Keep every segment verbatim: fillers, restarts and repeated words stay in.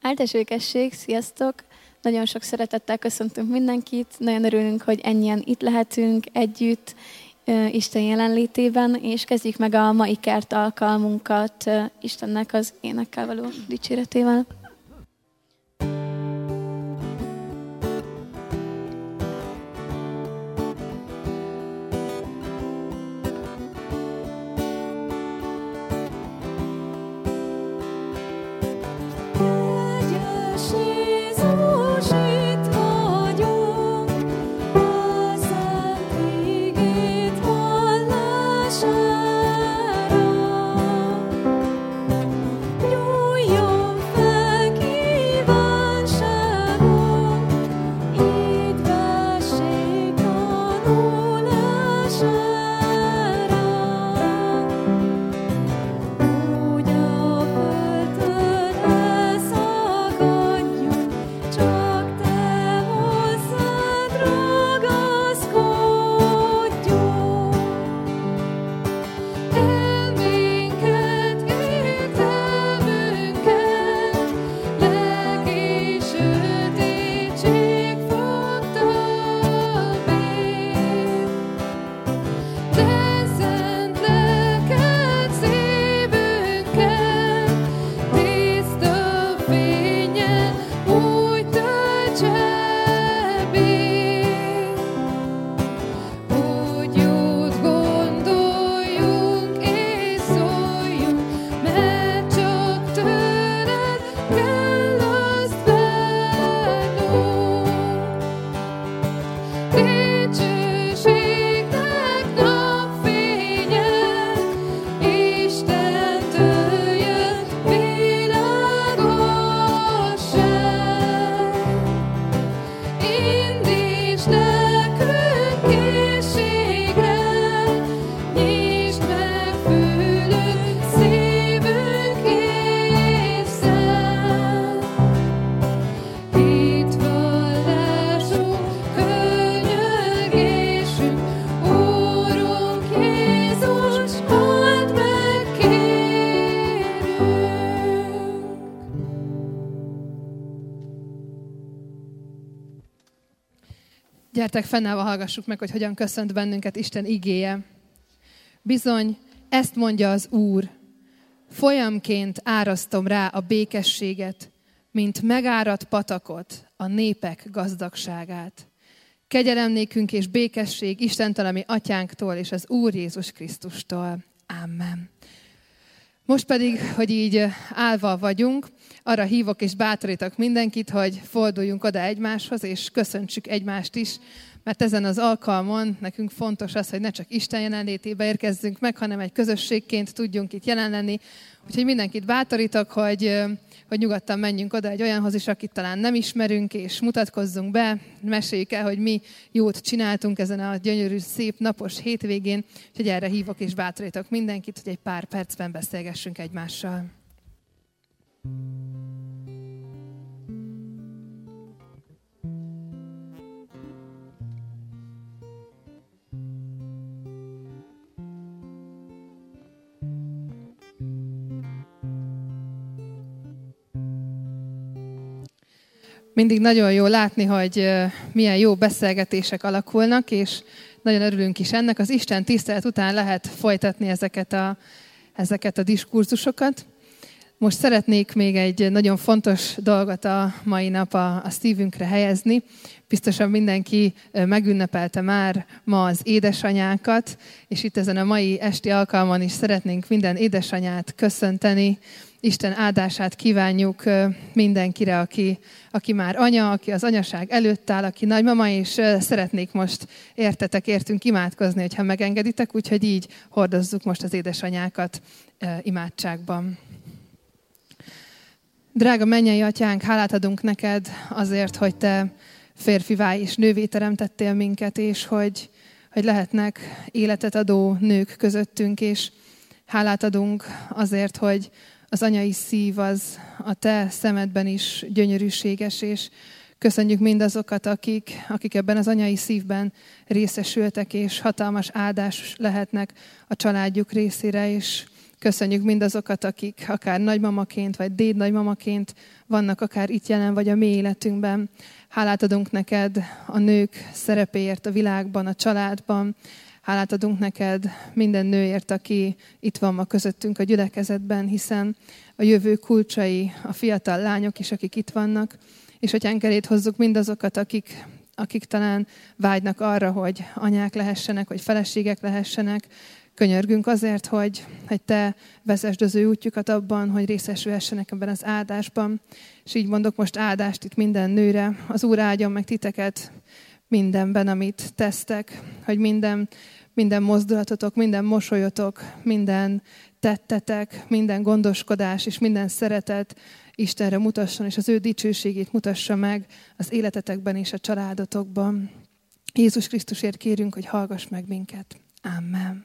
Áldás békesség, sziasztok! Nagyon sok szeretettel köszöntünk mindenkit, nagyon örülünk, hogy ennyien itt lehetünk együtt, Isten jelenlétében, és kezdjük meg a mai kert alkalmunkat Istennek az énekkel való dicséretével. Gyertek, fennállva hallgassuk meg, hogy hogyan köszönt bennünket Isten igéje. Bizony, ezt mondja az Úr, folyamként árasztom rá a békességet, mint megáradt patakot, a népek gazdagságát. Kegyelem nékünk és békesség Istentől, ami atyánktól és az Úr Jézus Krisztustól. Amen. Most pedig, hogy így állva vagyunk, arra hívok és bátorítok mindenkit, hogy forduljunk oda egymáshoz, és köszöntsük egymást is, mert ezen az alkalmon nekünk fontos az, hogy ne csak Isten jelenlétébe érkezzünk meg, hanem egy közösségként tudjunk itt jelen lenni. Úgyhogy mindenkit bátorítok, hogy, hogy nyugodtan menjünk oda egy olyanhoz is, akit talán nem ismerünk, és mutatkozzunk be, meséljük el, hogy mi jót csináltunk ezen a gyönyörű, szép, napos hétvégén. Úgyhogy erre hívok és bátorítok mindenkit, hogy egy pár percben beszélgessünk egymással. Mindig nagyon jó látni, hogy milyen jó beszélgetések alakulnak, és nagyon örülünk is ennek. Az Isten tisztelet után lehet folytatni ezeket a, ezeket a diskurzusokat. Most szeretnék még egy nagyon fontos dolgot a mai nap a, a szívünkre helyezni. Biztosan mindenki megünnepelte már ma az édesanyákat, és itt ezen a mai esti alkalmon is szeretnénk minden édesanyát köszönteni. Isten áldását kívánjuk mindenkire, aki, aki már anya, aki az anyaság előtt áll, aki nagymama, és szeretnék most értetek, értünk imádkozni, hogyha megengeditek, úgyhogy így hordozzuk most az édesanyákat imádságban. Drága mennyei atyánk, hálát adunk neked azért, hogy te férfivá és nővé teremtettél minket, és hogy, hogy lehetnek életet adó nők közöttünk, és hálát adunk azért, hogy az anyai szív az a te szemedben is gyönyörűséges, és köszönjük mindazokat, akik, akik ebben az anyai szívben részesültek, és hatalmas áldás lehetnek a családjuk részére, és Köszönjük mindazokat, akik akár nagymamaként, vagy dédnagymamaként vannak akár itt jelen, vagy a mi életünkben. Hálát adunk neked a nők szerepéért a világban, a családban. Hálát adunk neked minden nőért, aki itt van ma közöttünk a gyülekezetben, hiszen a jövő kulcsai, a fiatal lányok is, akik itt vannak. És Atyánk eléd hozzuk mindazokat, akik, akik talán vágynak arra, hogy anyák lehessenek, vagy feleségek lehessenek. Könyörgünk azért, hogy, hogy te vezesd az ő útjukat abban, hogy részesülhessenek ebben az áldásban. És így mondok most áldást itt minden nőre. Az Úr áldjon meg titeket mindenben, amit tesztek, hogy minden, minden mozdulatotok, minden mosolyotok, minden tettetek, minden gondoskodás és minden szeretet Istenre mutasson, és az ő dicsőségét mutassa meg az életetekben és a családotokban. Jézus Krisztusért kérünk, hogy hallgass meg minket. Amen.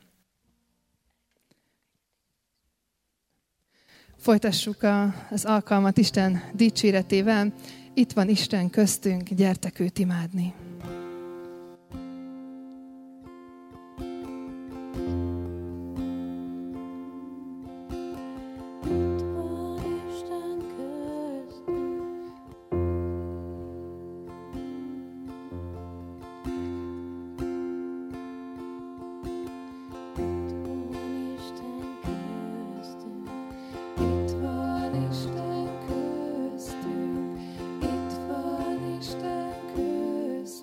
Folytassuk a, az alkalmat Isten dicséretével. Itt van Isten köztünk, gyertek őt imádni. Isten köztünk,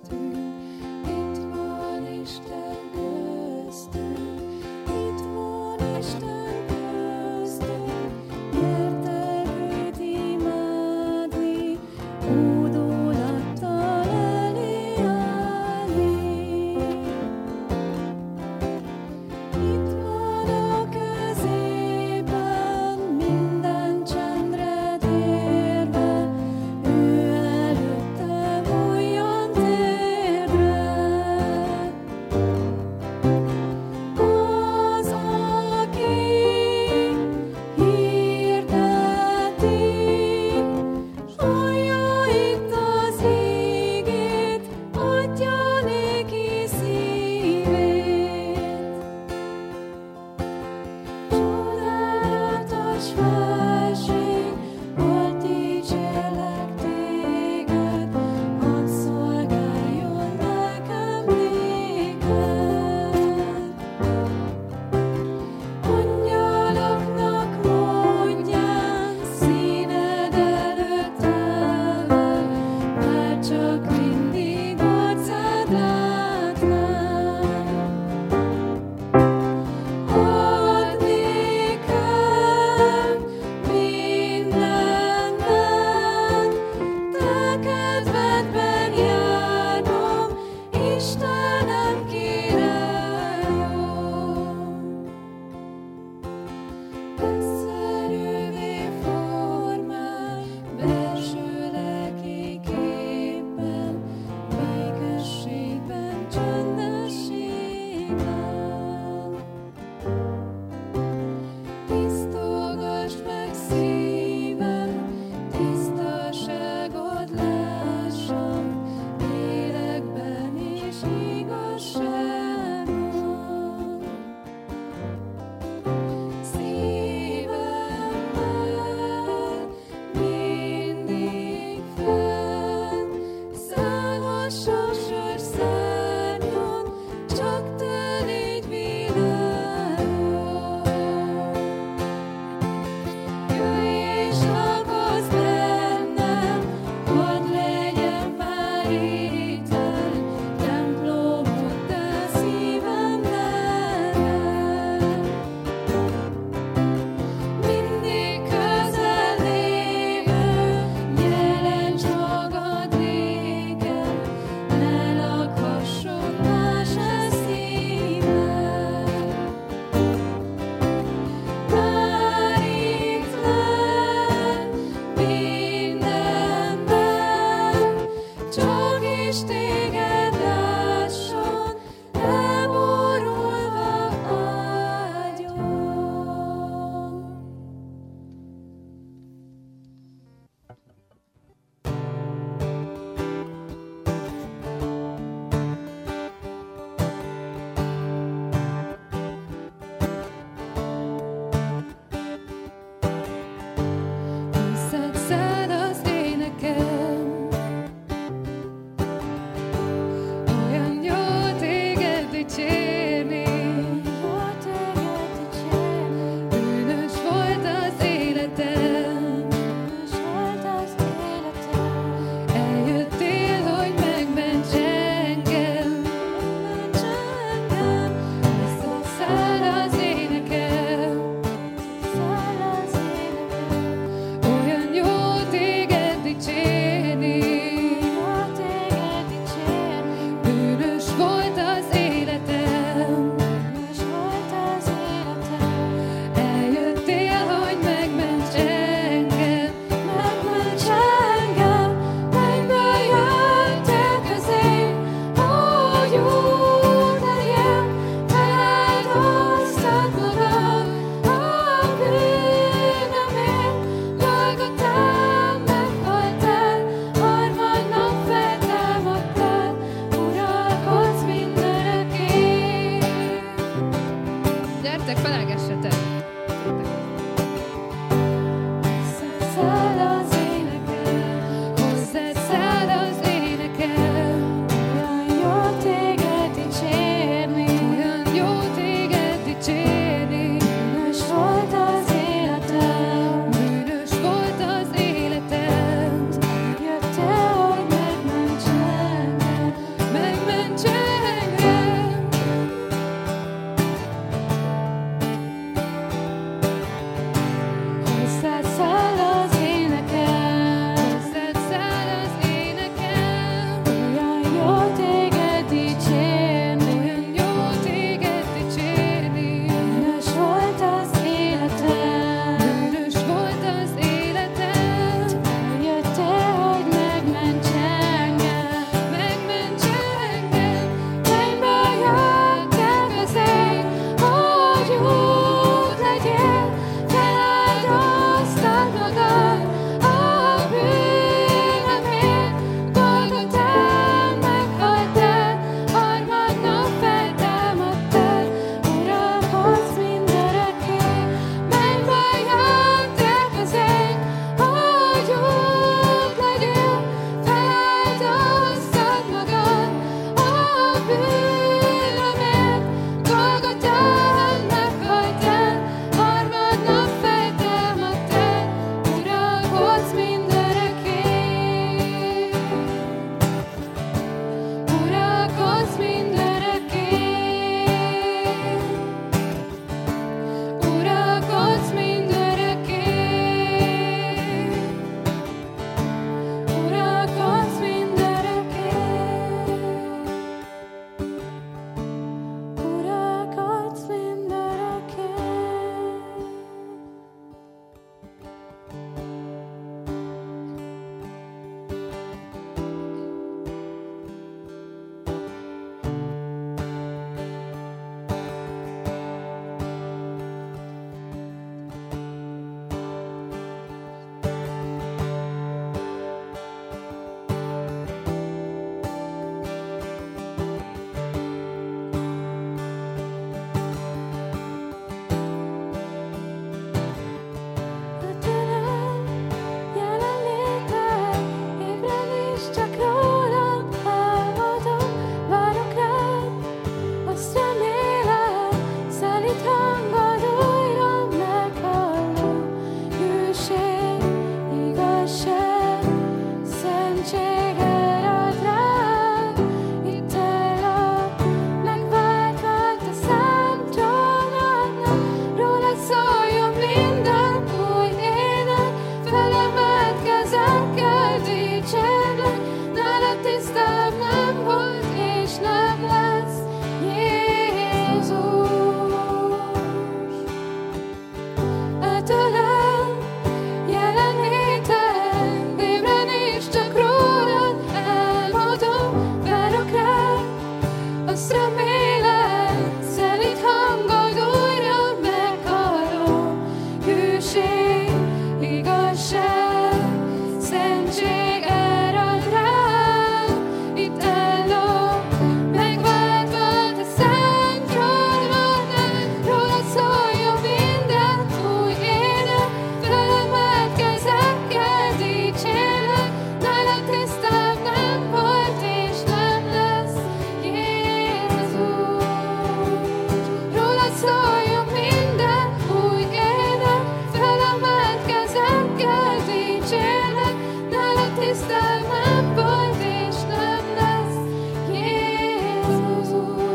mentség árad rám, itt állok, megváltva te szentről vannak, rólad szóljon minden új ének, felemelt kezekkel dicsérlek, nálad tisztább nem volt és nem lesz, Jézus. Rólad szóljon minden új ének, felemelt kezekkel dicsérlek, nálad tisztább nem volt és nem lesz, Jézus.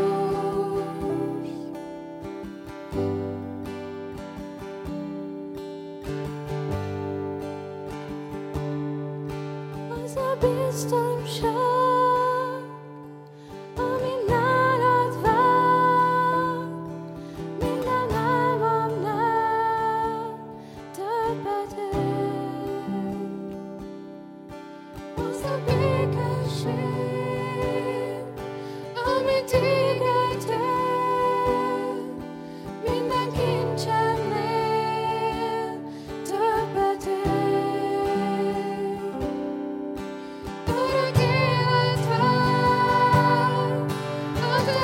Az a biztonság, ami nálad vár, minden álmomnál többet ér. Az a békesség, ami téged ér, minden kincsemnél többet ér. Örök élet vár a te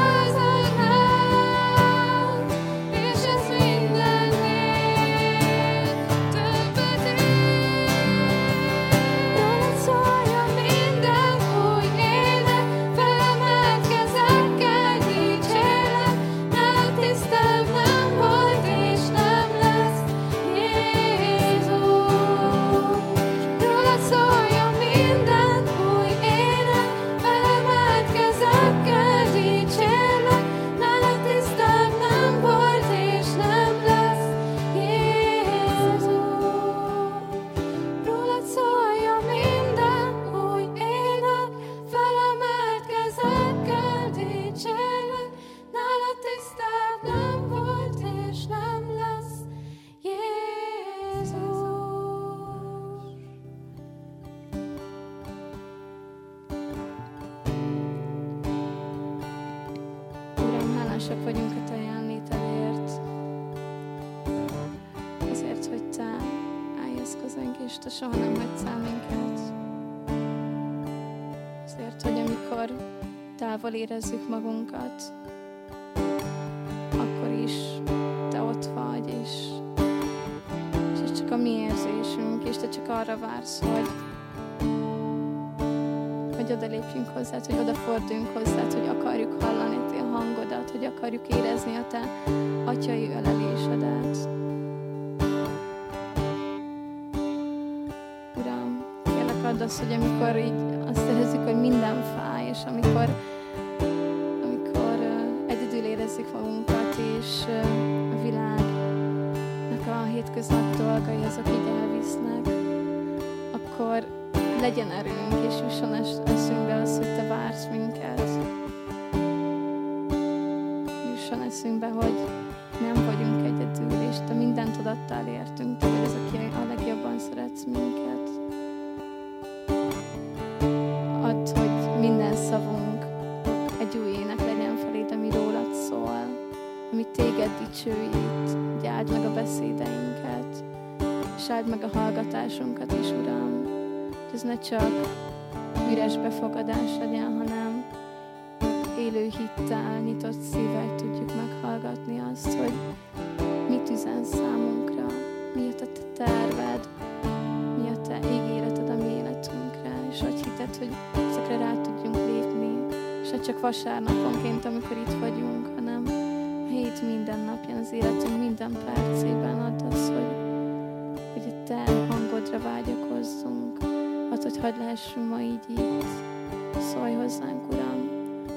házadnál, és ez mindennél többet ér. Rólad szóljon minden új ének, felemelt kezekkel dicsérlek, nálad tisztább nem volt és nem lesz, Jézus. Rólad szóljon minden új ének, felemelt kezekkel dicsérlek, nálad tisztább nem volt és nem lesz, Jézus. Rólad szóljon minden új ének, felemelt kezekkel dicsérlek, nálad tisztább nem volt és nem lesz, Jézus. Uram, hálásak vagyunk a te jelenlétedért, azért, hogy te eljössz közénk, és te soha nem hagysz el minket. Azért, hogy amikor távol érezzük magunkat, akkor is te ott vagy, és, és ez csak a mi érzésünk, és te csak arra vársz, hogy hogy odalépjünk hozzád, hogy odaforduljunk hozzád, hogy akarjuk hallani a te hangodat, hogy akarjuk érezni a te atyai ölelésedet. Uram, kérlek add azt, hogy amikor így azt érezzük, hogy minden fáj, és amikor, amikor uh, egyedül érezzük magunkat, és uh, a világnak a hétköznapi dolgai azok így elvisznek, akkor legyen erőnk, és jusson eszünkbe az, hogy te vársz minket. Jusson eszünkbe, hogy nem vagyunk egyedül, és te mindent odattál értünk, te vagy az, aki a legjobban szeretsz minket. Add, hogy minden szavunk egy új ének legyen feléd, ami rólad szól, ami téged dicsőít, hogy áld meg a beszédeinket, és áld meg a hallgatásunkat is, Uram. Ez ne csak üres befogadás legyen, hanem élő hittel, nyitott szívvel tudjuk meghallgatni azt, hogy mit üzen számunkra, mi a te terved, mi a te ígéreted a mi életünkre, és hogy hited, hogy ezekre rá tudjunk lépni, és ne csak vasárnaponként, amikor itt vagyunk, hanem a hét minden napján, az életünk minden percében add az, hogy, hogy a te hangodra vágyakozzunk. Add, hogy hadd lehessünk ma így itt. Szólj hozzánk, Uram.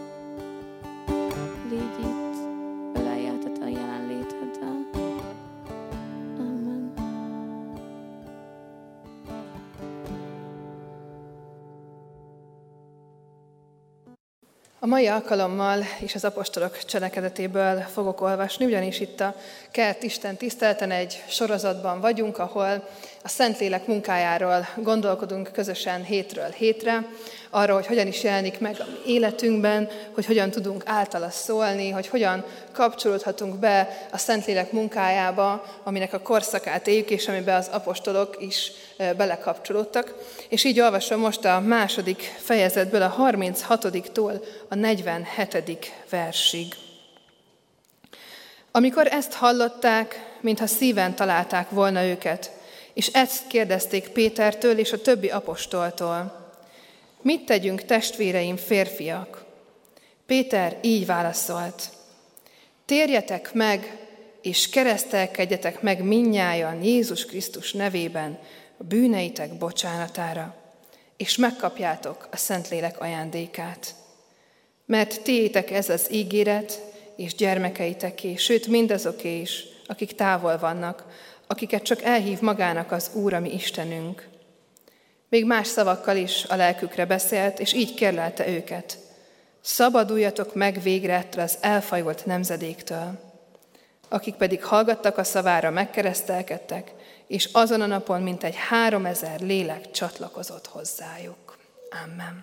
Légy itt. Ölelj át a jelenléteddel. Amen. A mai alkalommal is az apostolok cselekedetéből fogok olvasni, ugyanis itt a Kert Isten tiszteleten egy sorozatban vagyunk, ahol A Szentlélek munkájáról gondolkodunk közösen hétről hétre, arról, hogy hogyan is jelenik meg életünkben, hogy hogyan tudunk általa szólni, hogy hogyan kapcsolódhatunk be a Szentlélek munkájába, aminek a korszakát éljük, és amiben az apostolok is belekapcsolódtak. És így olvasom most a második fejezetből a harminchatodiktól a negyvenhetedik versig. Amikor ezt hallották, mintha szíven találták volna őket, és ezt kérdezték Pétertől és a többi apostoltól. Mit tegyünk, testvéreim, férfiak? Péter így válaszolt. Térjetek meg, és keresztelkedjetek meg mindnyájan Jézus Krisztus nevében a bűneitek bocsánatára, és megkapjátok a Szentlélek ajándékát. Mert tiétek ez az ígéret, és gyermekeiteké, sőt mindazoké is, akik távol vannak, akiket csak elhív magának az Úr, a mi Istenünk. Még más szavakkal is a lelkükre beszélt, és így kérlelte őket. Szabaduljatok meg végre ettől az elfajolt nemzedéktől. Akik pedig hallgattak a szavára, megkeresztelkedtek, és azon a napon mintegy háromezer lélek csatlakozott hozzájuk. Amen.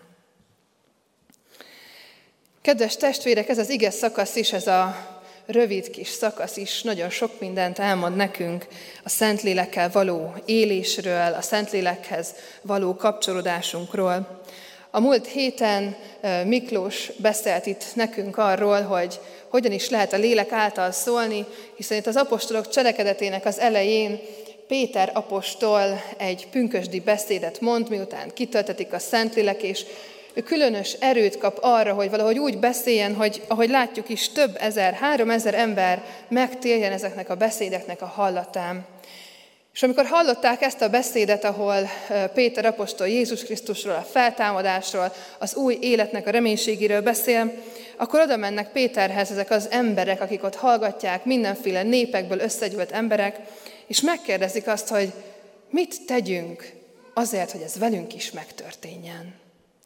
Kedves testvérek, ez az ige szakasz is, ez a rövid kis szakasz is nagyon sok mindent elmond nekünk a Szentlélekkel való élésről, a Szentlélekhez való kapcsolódásunkról. A múlt héten Miklós beszélt itt nekünk arról, hogy hogyan is lehet a lélek által szólni, hiszen itt az apostolok cselekedetének az elején Péter apostol egy pünkösdi beszédet mond, miután kitöltetik a Szentlélek, és ő különös erőt kap arra, hogy valahogy úgy beszéljen, hogy ahogy látjuk is, több ezer, három ezer ember megtérjen ezeknek a beszédeknek a hallatán. És amikor hallották ezt a beszédet, ahol Péter apostol Jézus Krisztusról, a feltámadásról, az új életnek a reménységéről beszél, akkor oda mennek Péterhez ezek az emberek, akik ott hallgatják, mindenféle népekből összegyűlt emberek, és megkérdezik azt, hogy mit tegyünk azért, hogy ez velünk is megtörténjen.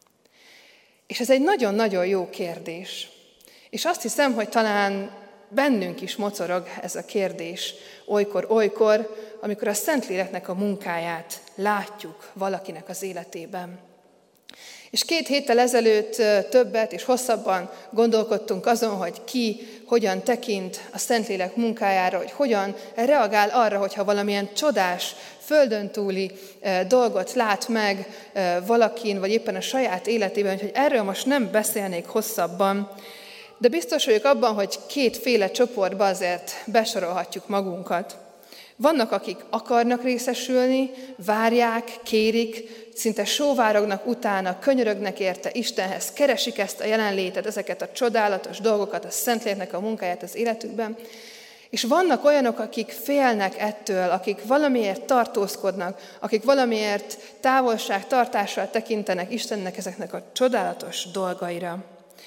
És ez egy nagyon-nagyon jó kérdés. És azt hiszem, hogy talán bennünk is mocorog ez a kérdés olykor-olykor, amikor a Szentléleknek a munkáját látjuk valakinek az életében. És két héttel ezelőtt többet és hosszabban gondolkodtunk azon, hogy ki hogyan tekint a Szentlélek munkájára, hogy hogyan reagál arra, hogyha valamilyen csodás, földön túli dolgot lát meg valakin, vagy éppen a saját életében, hogy erről most nem beszélnék hosszabban, de biztos vagyok abban, hogy kétféle csoportba azért besorolhatjuk magunkat. Vannak, akik akarnak részesülni, várják, kérik, szinte sóvárognak utána, könyörögnek érte Istenhez, keresik ezt a jelenlétet, ezeket a csodálatos dolgokat, a Szentléleknek a munkáját az életükben. És vannak olyanok, akik félnek ettől, akik valamiért tartózkodnak, akik valamiért távolságtartással tekintenek Istennek ezeknek a csodálatos dolgaira.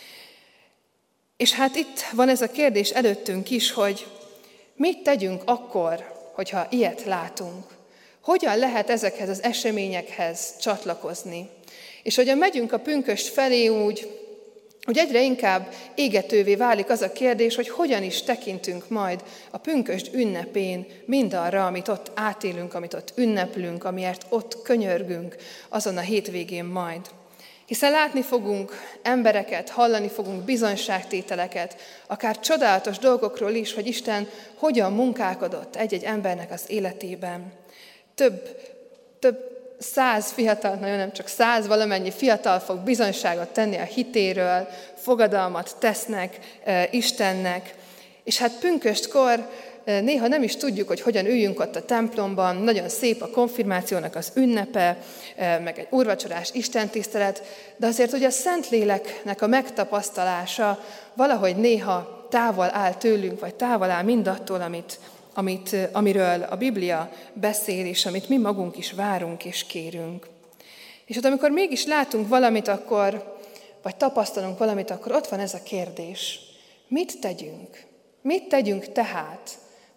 És hát itt van ez a kérdés előttünk is, hogy mit tegyünk akkor, hogyha ilyet látunk? Hogyan lehet ezekhez az eseményekhez csatlakozni? És hogyan megyünk a pünkösd felé úgy, hogy egyre inkább égetővé válik az a kérdés, hogy hogyan is tekintünk majd a pünkösd ünnepén mindarra, amit ott átélünk, amit ott ünneplünk, amiért ott könyörgünk azon a hétvégén majd. Hiszen látni fogunk embereket, hallani fogunk bizonyságtételeket, akár csodálatos dolgokról is, hogy Isten hogyan munkálkodott egy-egy embernek az életében. Több, több száz fiatal, nagyon nem csak száz, valamennyi fiatal fog bizonyságot tenni a hitéről, fogadalmat tesznek e, Istennek. És hát pünköstkor e, néha nem is tudjuk, hogy hogyan üljünk ott a templomban, nagyon szép a konfirmációnak az ünnepe, e, meg egy úrvacsorás istentisztelet, de azért ugye a Szentléleknek a megtapasztalása valahogy néha távol áll tőlünk, vagy távol áll mindattól, amit Amit, amiről a Biblia beszél, és amit mi magunk is várunk és kérünk. És ott, amikor mégis látunk valamit, akkor, vagy tapasztalunk valamit, akkor ott van ez a kérdés. Mit tegyünk? Mit tegyünk tehát,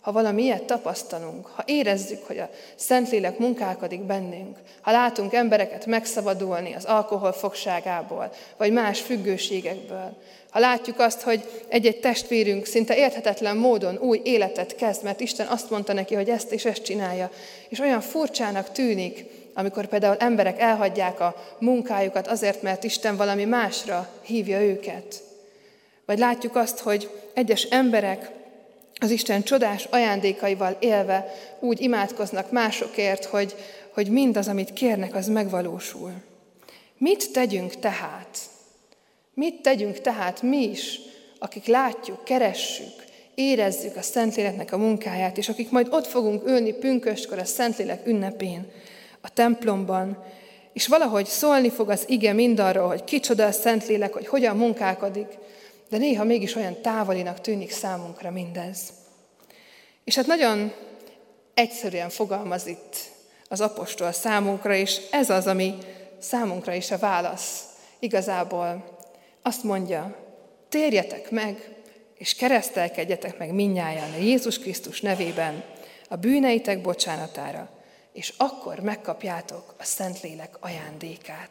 ha valami ilyet tapasztalunk, ha érezzük, hogy a Szentlélek munkálkodik bennünk, ha látunk embereket megszabadulni az alkohol fogságából, vagy más függőségekből, ha látjuk azt, hogy egy-egy testvérünk szinte érthetetlen módon új életet kezd, mert Isten azt mondta neki, hogy ezt és ezt csinálja, és olyan furcsának tűnik, amikor például emberek elhagyják a munkájukat azért, mert Isten valami másra hívja őket. Vagy látjuk azt, hogy egyes emberek az Isten csodás ajándékaival élve úgy imádkoznak másokért, hogy, hogy mindaz, amit kérnek, az megvalósul. Mit tegyünk tehát? Mit tegyünk tehát mi is, akik látjuk, keressük, érezzük a Szentléleknek a munkáját, és akik majd ott fogunk ülni pünköstkor a Szentlélek ünnepén, a templomban, és valahogy szólni fog az ige mindarról, hogy kicsoda a Szentlélek, hogy hogyan munkálkodik, de néha mégis olyan távolinak tűnik számunkra mindez. És hát nagyon egyszerűen fogalmaz itt az apostol számunkra, és ez az, ami számunkra is a válasz. Igazából azt mondja, térjetek meg, és keresztelkedjetek meg mindnyájan a Jézus Krisztus nevében a bűneitek bocsánatára, és akkor megkapjátok a Szentlélek ajándékát.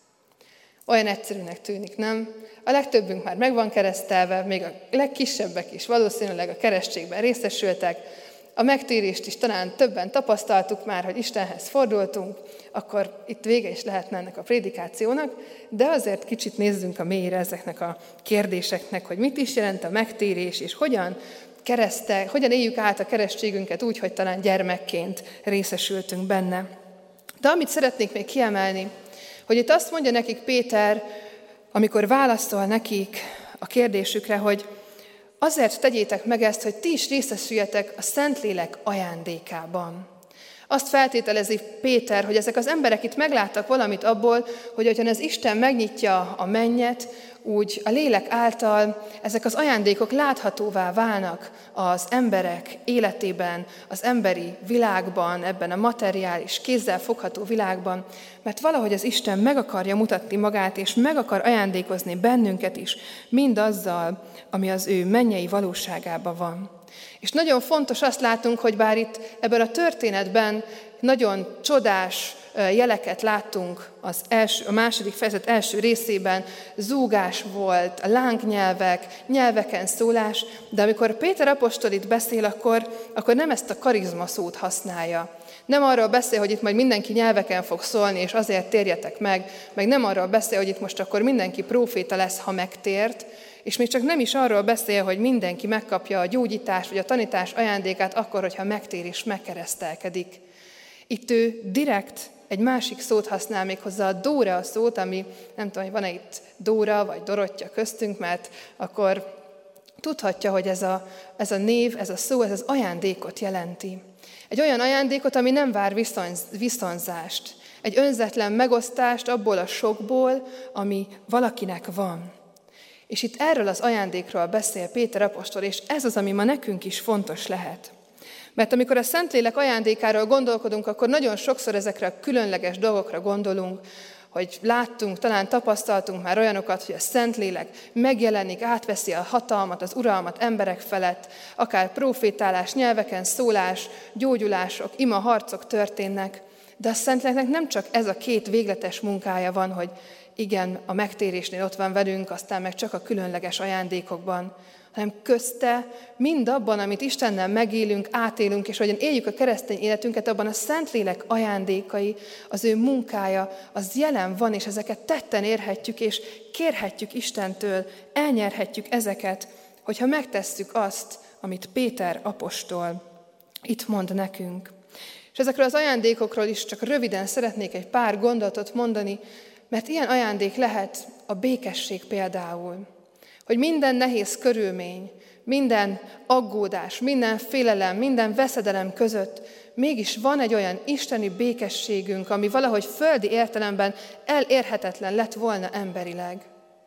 Olyan egyszerűnek tűnik, nem? A legtöbbünk már meg van keresztelve, még a legkisebbek is valószínűleg a keresztségben részesültek, a megtérést is talán többen tapasztaltuk már, hogy Istenhez fordultunk, akkor itt vége is lehetne ennek a prédikációnak, de azért kicsit nézzünk a mélyre ezeknek a kérdéseknek, hogy mit is jelent a megtérés, és hogyan keresztel, hogyan éljük át a keresztségünket úgy, hogy talán gyermekként részesültünk benne. De amit szeretnék még kiemelni, hogy itt azt mondja nekik Péter, amikor válaszol nekik a kérdésükre, hogy azért tegyétek meg ezt, hogy ti is részesüljetek a Szentlélek ajándékában. Azt feltételezi Péter, hogy ezek az emberek itt megláttak valamit abból, hogy ahogyan az Isten megnyitja a mennyet, úgy a lélek által ezek az ajándékok láthatóvá válnak az emberek életében, az emberi világban, ebben a materiális, kézzel fogható világban, mert valahogy az Isten meg akarja mutatni magát, és meg akar ajándékozni bennünket is, mindazzal, ami az ő mennyei valóságában van. És nagyon fontos azt látunk, hogy bár itt ebben a történetben nagyon csodás jeleket láttunk az első, a második fejezet első részében, zúgás volt, a lángnyelvek, nyelveken szólás, de amikor Péter apostol itt beszél, akkor, akkor nem ezt a karizma szót használja. Nem arról beszél, hogy itt majd mindenki nyelveken fog szólni, és azért térjetek meg, meg nem arról beszél, hogy itt most akkor mindenki próféta lesz, ha megtért, és még csak nem is arról beszél, hogy mindenki megkapja a gyógyítás vagy a tanítás ajándékát akkor, hogyha megtér és megkeresztelkedik. Itt ő direkt egy másik szót használ még hozzá, a Dóra szót, ami nem tudom, hogy van-e itt Dóra vagy Dorottya köztünk, mert akkor tudhatja, hogy ez a, ez a név, ez a szó, ez az ajándékot jelenti. Egy olyan ajándékot, ami nem vár viszony, viszonzást. Egy önzetlen megosztást abból a sokból, ami valakinek van. És itt erről az ajándékról beszél Péter apostol, és ez az, ami ma nekünk is fontos lehet. Mert amikor a Szentlélek ajándékáról gondolkodunk, akkor nagyon sokszor ezekre a különleges dolgokra gondolunk, hogy láttunk, talán tapasztaltunk már olyanokat, hogy a Szentlélek megjelenik, átveszi a hatalmat, az uralmat emberek felett, akár profétálás, nyelveken szólás, gyógyulások, ima harcok történnek. De a Szentléleknek nem csak ez a két végletes munkája van, hogy igen, a megtérésnél ott van velünk, aztán meg csak a különleges ajándékokban, hanem közte mindabban, amit Istennel megélünk, átélünk, és ahogyan éljük a keresztény életünket, abban a Szentlélek ajándékai, az ő munkája, az jelen van, és ezeket tetten érhetjük, és kérhetjük Istentől, elnyerhetjük ezeket, hogyha megtesszük azt, amit Péter apostol itt mond nekünk. És ezekről az ajándékokról is csak röviden szeretnék egy pár gondolatot mondani, mert ilyen ajándék lehet a békesség például, hogy minden nehéz körülmény, minden aggódás, minden félelem, minden veszedelem között mégis van egy olyan isteni békességünk, ami valahogy földi értelemben elérhetetlen lett volna emberileg.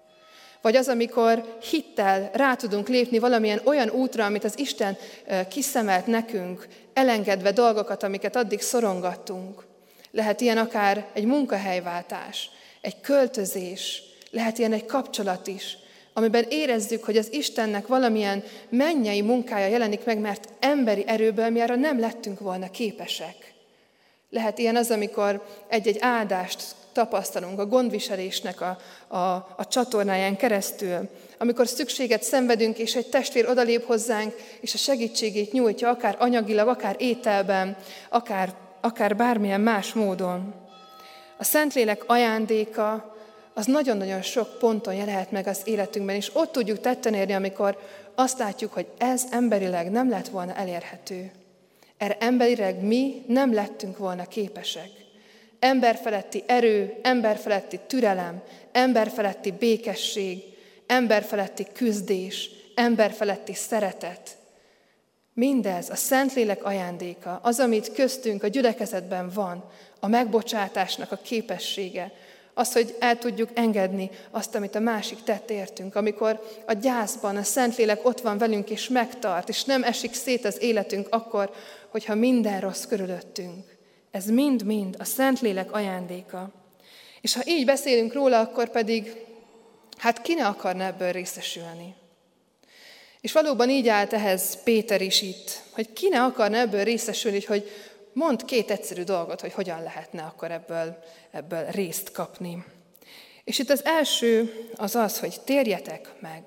Vagy az, amikor hittel rá tudunk lépni valamilyen olyan útra, amit az Isten kiszemelt nekünk, elengedve dolgokat, amiket addig szorongattunk. Lehet ilyen akár egy munkahelyváltás, egy költözés, lehet ilyen egy kapcsolat is, amiben érezzük, hogy az Istennek valamilyen mennyei munkája jelenik meg, mert emberi erőből mi arra nem lettünk volna képesek. Lehet ilyen az, amikor egy-egy áldást tapasztalunk a gondviselésnek a, a, a csatornáján keresztül, amikor szükséget szenvedünk, és egy testvér odalép hozzánk, és a segítségét nyújtja, akár anyagilag, akár ételben, akár, akár bármilyen más módon. A Szentlélek ajándéka az nagyon-nagyon sok ponton jelenhet meg az életünkben, és ott tudjuk tetten érni, amikor azt látjuk, hogy ez emberileg nem lett volna elérhető. Erre emberileg mi nem lettünk volna képesek. Emberfeletti erő, emberfeletti türelem, emberfeletti békesség, emberfeletti küzdés, emberfeletti szeretet. Mindez a Szentlélek ajándéka, az, amit köztünk a gyülekezetben van, a megbocsátásnak a képessége, az, hogy el tudjuk engedni azt, amit a másik tett értünk, amikor a gyászban a Szentlélek ott van velünk és megtart, és nem esik szét az életünk akkor, hogyha minden rossz körülöttünk. Ez mind-mind a Szentlélek ajándéka. És ha így beszélünk róla, akkor pedig, hát ki ne akarna ebből részesülni? És valóban így állt ehhez Péter is itt, hogy ki ne akarna ebből részesülni, hogy mond két egyszerű dolgot, hogy hogyan lehetne akkor ebből, ebből részt kapni. És itt az első az az, hogy térjetek meg.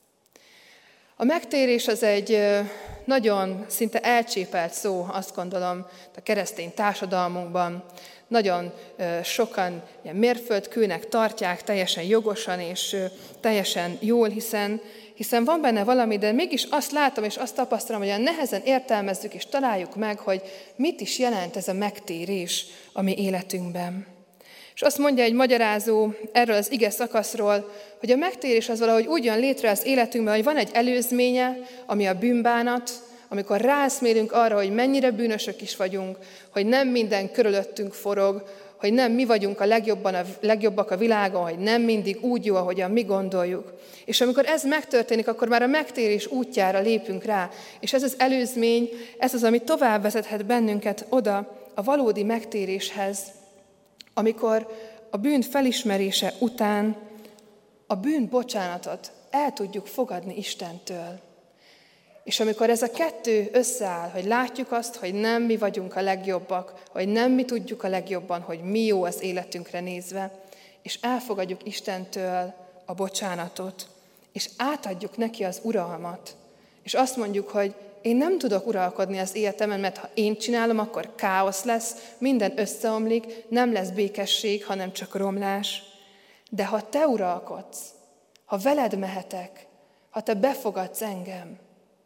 A megtérés az egy nagyon szinte elcsépelt szó, azt gondolom, a keresztény társadalmunkban. Nagyon sokan ilyen mérföldkőnek tartják, teljesen jogosan és teljesen jól, hiszen, hiszen van benne valami, de mégis azt látom és azt tapasztalom, hogy olyan nehezen értelmezzük és találjuk meg, hogy mit is jelent ez a megtérés a mi életünkben. És azt mondja egy magyarázó erről az ige szakaszról, hogy a megtérés az valahogy úgy jön létre az életünkben, hogy van egy előzménye, ami a bűnbánat, amikor ráeszmélünk arra, hogy mennyire bűnösök is vagyunk, hogy nem minden körülöttünk forog, hogy nem mi vagyunk a, legjobban, a legjobbak a világon, hogy nem mindig úgy jó, ahogyan mi gondoljuk. És amikor ez megtörténik, akkor már a megtérés útjára lépünk rá. És ez az előzmény, ez az, ami tovább vezethet bennünket oda a valódi megtéréshez, amikor a bűn felismerése után a bűn bocsánatot el tudjuk fogadni Istentől. És amikor ez a kettő összeáll, hogy látjuk azt, hogy nem mi vagyunk a legjobbak, hogy nem mi tudjuk a legjobban, hogy mi jó az életünkre nézve, és elfogadjuk Istentől a bocsánatot, és átadjuk neki az uralmat, és azt mondjuk, hogy én nem tudok uralkodni az életemen, mert ha én csinálom, akkor káosz lesz, minden összeomlik, nem lesz békesség, hanem csak romlás. De ha te uralkodsz, ha veled mehetek, ha te befogadsz engem,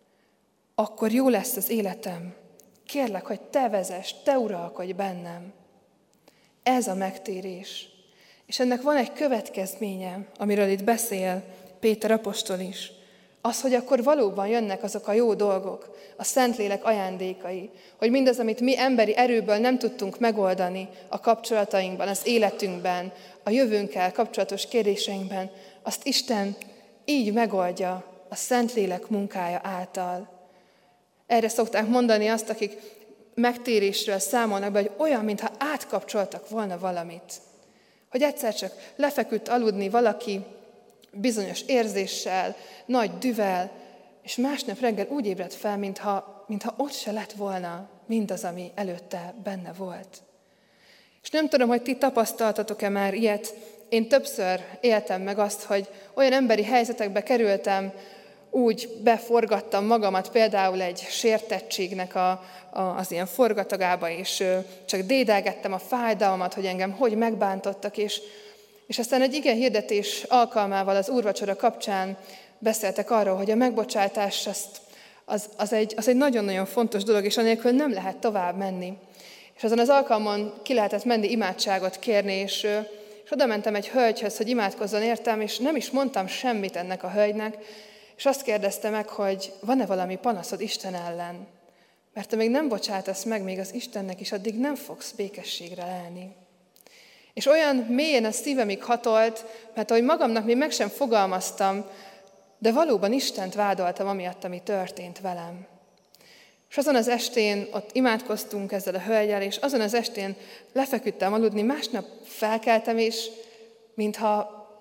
akkor jó lesz az életem. Kérlek, hogy te vezess, te uralkodj bennem. Ez a megtérés. És ennek van egy következménye, amiről itt beszél Péter apostol is. Az, hogy akkor valóban jönnek azok a jó dolgok, a Szentlélek ajándékai, hogy mindaz, amit mi emberi erőből nem tudtunk megoldani a kapcsolatainkban, az életünkben, a jövőnkkel kapcsolatos kérdéseinkben, azt Isten így megoldja a Szentlélek munkája által. Erre szokták mondani azt, akik megtérésről számolnak be, hogy olyan, mintha átkapcsoltak volna valamit. Hogy egyszer csak lefeküdt aludni valaki bizonyos érzéssel, nagy düvel, és másnap reggel úgy ébredt fel, mintha, mintha ott se lett volna mindaz, ami előtte benne volt. És nem tudom, hogy ti tapasztaltatok-e már ilyet. Én többször éltem meg azt, hogy olyan emberi helyzetekbe kerültem, úgy beforgattam magamat például egy sértettségnek a, a, az ilyen forgatagába, és csak dédelgettem a fájdalmat, hogy engem hogy megbántottak, és, és aztán egy ige hirdetés alkalmával az úrvacsora kapcsán beszéltek arról, hogy a megbocsátás az, az, az, egy, az egy nagyon-nagyon fontos dolog, és anélkül nem lehet tovább menni. És azon az alkalmon ki lehetett menni imádságot kérni, és, és oda mentem egy hölgyhöz, hogy imádkozzon értem, és nem is mondtam semmit ennek a hölgynek, és azt kérdezte meg, hogy van-e valami panaszod Isten ellen? Mert te még nem bocsátasz meg még az Istennek, és addig nem fogsz békességre lelni. És olyan mélyen a szívemig hatolt, mert ahogy magamnak még meg sem fogalmaztam, de valóban Istent vádoltam amiatt, ami történt velem. És azon az estén ott imádkoztunk ezzel a hölgyel, és azon az estén lefeküdtem aludni, másnap felkeltem, és mintha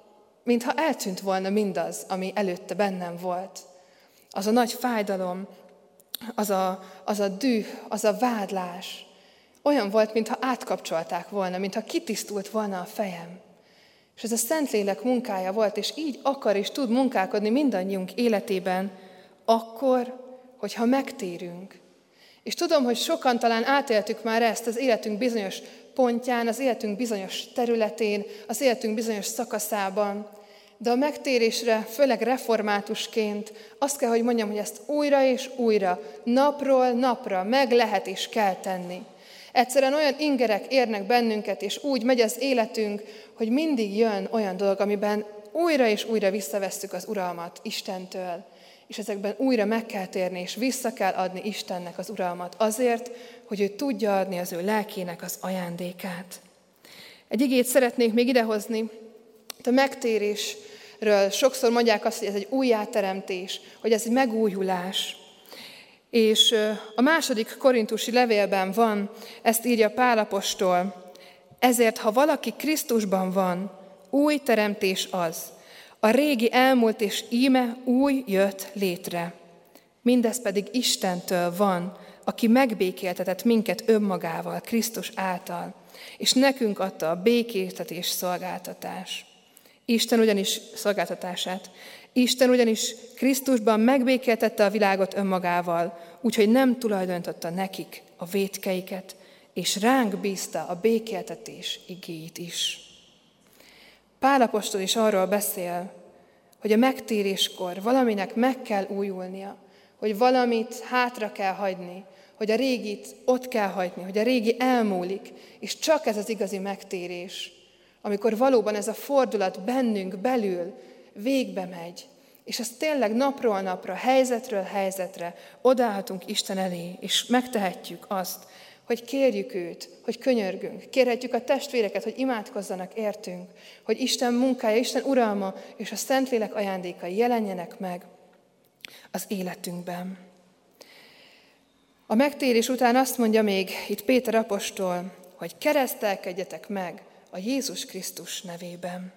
mintha eltűnt volna mindaz, ami előtte bennem volt. Az a nagy fájdalom, az a, az a düh, az a vádlás. Olyan volt, mintha átkapcsolták volna, mintha kitisztult volna a fejem. És ez a Szentlélek munkája volt, és így akar és tud munkálkodni mindannyiunk életében, akkor, hogyha megtérünk. És tudom, hogy sokan talán átéltük már ezt az életünk bizonyos pontján, az életünk bizonyos területén, az életünk bizonyos szakaszában, de a megtérésre, főleg reformátusként azt kell, hogy mondjam, hogy ezt újra és újra, napról napra meg lehet és kell tenni. Egyszerűen olyan ingerek érnek bennünket, és úgy megy az életünk, hogy mindig jön olyan dolog, amiben újra és újra visszavesszük az uralmat Istentől. És ezekben újra meg kell térni, és vissza kell adni Istennek az uralmat azért, hogy ő tudja adni az ő lelkének az ajándékát. Egy igét szeretnék még idehozni. A megtérésről sokszor mondják azt, hogy ez egy újjáteremtés, hogy ez egy megújulás. És a második korintusi levélben van, ezt írja Pál apostol, ezért, ha valaki Krisztusban van, új teremtés az, a régi elmúlt, és íme új jött létre. Mindez pedig Istentől van, aki megbékéltetett minket önmagával, Krisztus által, és nekünk adta a békéltetés szolgáltatás. Isten ugyanis szolgáltatását. Isten ugyanis Krisztusban megbékéltette a világot önmagával, úgyhogy nem tulajdonította nekik a vétkeiket, és ránk bízta a békéltetés igéit is. Pál apostol is arról beszél, hogy a megtéréskor valaminek meg kell újulnia, hogy valamit hátra kell hagyni, hogy a régit ott kell hagyni, hogy a régi elmúlik, és csak ez az igazi megtérés, amikor valóban ez a fordulat bennünk belül végbe megy, és ez tényleg napról napra, helyzetről helyzetre odaállhatunk Isten elé, és megtehetjük azt, hogy kérjük őt, hogy könyörgünk, kérhetjük a testvéreket, hogy imádkozzanak értünk, hogy Isten munkája, Isten uralma és a Szentlélek ajándékai jelenjenek meg az életünkben. A megtérés után azt mondja még itt Péter apostol, hogy keresztelkedjetek meg a Jézus Krisztus nevében.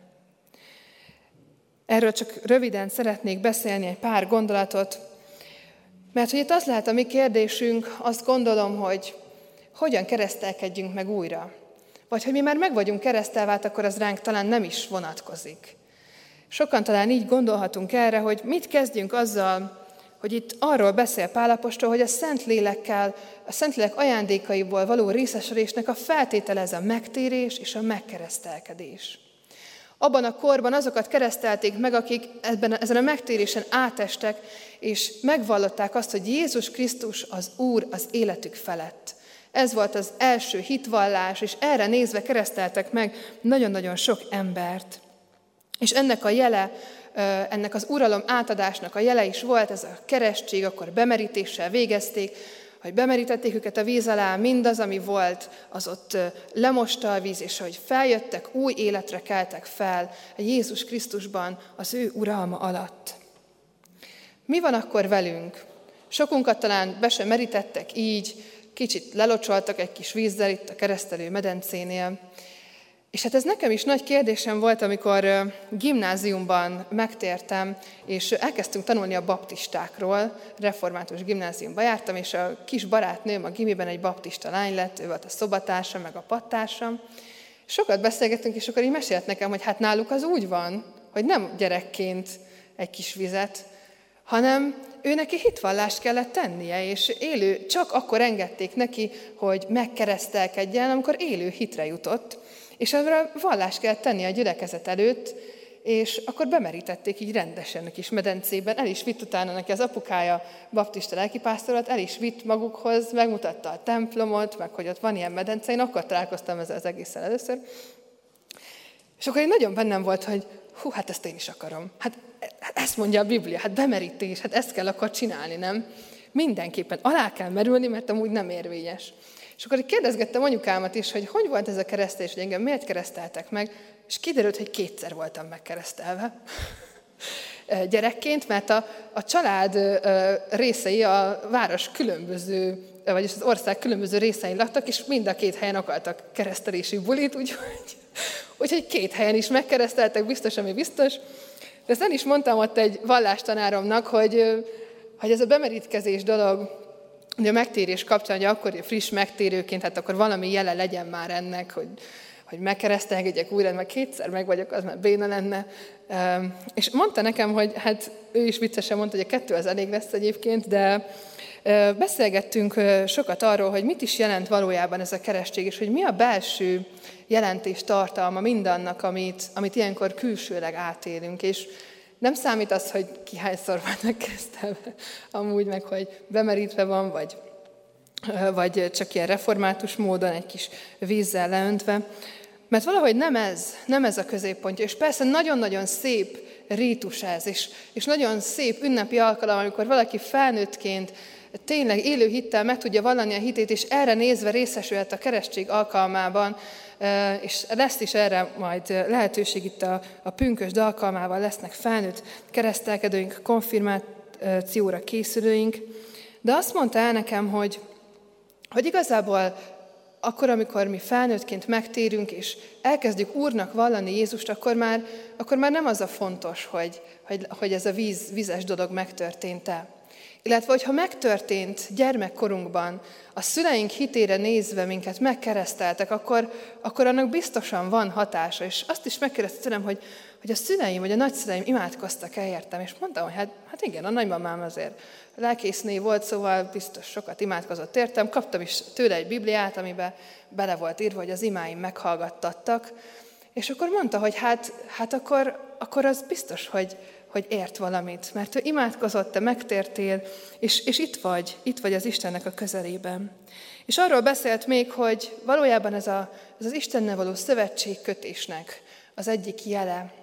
Erről csak röviden szeretnék beszélni egy pár gondolatot, mert hogy itt az lehet a mi kérdésünk, azt gondolom, hogy hogyan keresztelkedjünk meg újra. Vagy hogy mi már meg vagyunk keresztelve, akkor az ránk talán nem is vonatkozik. Sokan talán így gondolhatunk erre, hogy mit kezdjünk azzal, hogy itt arról beszél Pál apostol, hogy a Szentlélekkel, a Szentlélek ajándékaiból való részesülésnek a feltétele ez a megtérés és a megkeresztelkedés. Abban a korban azokat keresztelték meg, akik ebben, ezen a megtérésen átestek, és megvallották azt, hogy Jézus Krisztus az Úr az életük felett. Ez volt az első hitvallás, és erre nézve kereszteltek meg nagyon-nagyon sok embert. És ennek a jele, ennek az uralom átadásnak a jele is volt, ez a keresztség, akkor bemerítéssel végezték, hogy bemerítették őket a víz alá, mindaz, ami volt, az ott lemosta a víz, és hogy feljöttek, új életre keltek fel a Jézus Krisztusban az ő uralma alatt. Mi van akkor velünk? Sokunkat talán be sem merítettek így, kicsit lelocsoltak egy kis vízzel itt a keresztelő medencénél. És hát ez nekem is nagy kérdésem volt, amikor gimnáziumban megtértem, és elkezdtünk tanulni a baptistákról, református gimnáziumba jártam, és a kis barátnőm a gimiben egy baptista lány lett, ő volt a szobatársam, meg a padtársam. Sokat beszélgettünk, és akkor így mesélt nekem, hogy hát náluk az úgy van, hogy nem gyerekként egy kis vizet, hanem ő neki hitvallást kellett tennie, és élő, csak akkor engedték neki, hogy megkeresztelkedjen, amikor élő hitre jutott, és arra vallást kellett tennie a gyülekezet előtt, és akkor bemerítették így rendesen a kis medencében, el is vitt utána neki az apukája, baptista lelkipásztorat, el is vitt magukhoz, megmutatta a templomot, meg hogy ott van ilyen medence, én akkor találkoztam ezzel az egészen először. És akkor én nagyon bennem volt, hogy hú, hát ezt én is akarom. Hát ezt mondja a Biblia, hát bemerítés, hát ezt kell akkor csinálni, nem? Mindenképpen alá kell merülni, mert amúgy nem érvényes. És akkor kérdezgettem anyukámat is, hogy hogy volt ez a keresztelés, hogy engem miért kereszteltek meg, és kiderült, hogy kétszer voltam megkeresztelve gyerekként, mert a, a család részei a város különböző, vagyis az ország különböző részein laktak, és mind a két helyen akartak keresztelési bulit, úgyhogy Úgyhogy két helyen is megkereszteltek, biztos, ami biztos. De ezt el is mondtam ott egy vallástanáromnak, hogy, hogy ez a bemerítkezés dolog, ugye a megtérés kapcsán, hogy akkor friss megtérőként, hát akkor valami jele legyen már ennek, hogy, hogy megkeresztelkedjek újra, meg kétszer meg vagyok, az már béna lenne. És mondta nekem, hogy hát ő is viccesen mondta, hogy a kettő az elég lesz egyébként, de beszélgettünk sokat arról, hogy mit is jelent valójában ez a keresztség, és hogy mi a belső jelentés tartalma mindannak, amit, amit ilyenkor külsőleg átélünk. És nem számít az, hogy ki hányszor van megkeresztelve, amúgy meg, hogy bemerítve van, vagy, vagy csak ilyen református módon egy kis vízzel leöntve. Mert valahogy nem ez, nem ez a középpontja. És persze nagyon-nagyon szép rítus ez, és, és nagyon szép ünnepi alkalom, amikor valaki felnőttként tényleg élő hittel meg tudja vallani a hitét, és erre nézve részesülhet a keresztség alkalmában, és lesz is erre majd lehetőség itt a, a pünkösd alkalmával, lesznek felnőtt keresztelkedőink, konfirmációra készülőink. De azt mondta el nekem, hogy, hogy igazából akkor, amikor mi felnőttként megtérünk, és elkezdjük Úrnak vallani Jézust, akkor már, akkor már nem az a fontos, hogy, hogy, hogy ez a víz, vízes dolog megtörtént-e. Illetve, hogyha megtörtént gyermekkorunkban, a szüleink hitére nézve minket megkereszteltek, akkor, akkor annak biztosan van hatása. És azt is megkérdezte tőlem, hogy, hogy a szüleim vagy a nagyszüleim imádkoztak-e értem. És mondtam, hogy hát, hát igen, a nagymamám azért lelkészné volt, szóval biztos sokat imádkozott értem. Kaptam is tőle egy Bibliát, amiben bele volt írva, hogy az imáim meghallgattattak. És akkor mondta, hogy hát, hát akkor, akkor az biztos, hogy, hogy ért valamit, mert ő imádkozott, te megtértél, és, és itt vagy, itt vagy az Istennek a közelében. És arról beszélt még, hogy valójában ez, a, ez az Istennel való szövetségkötésnek az egyik jele.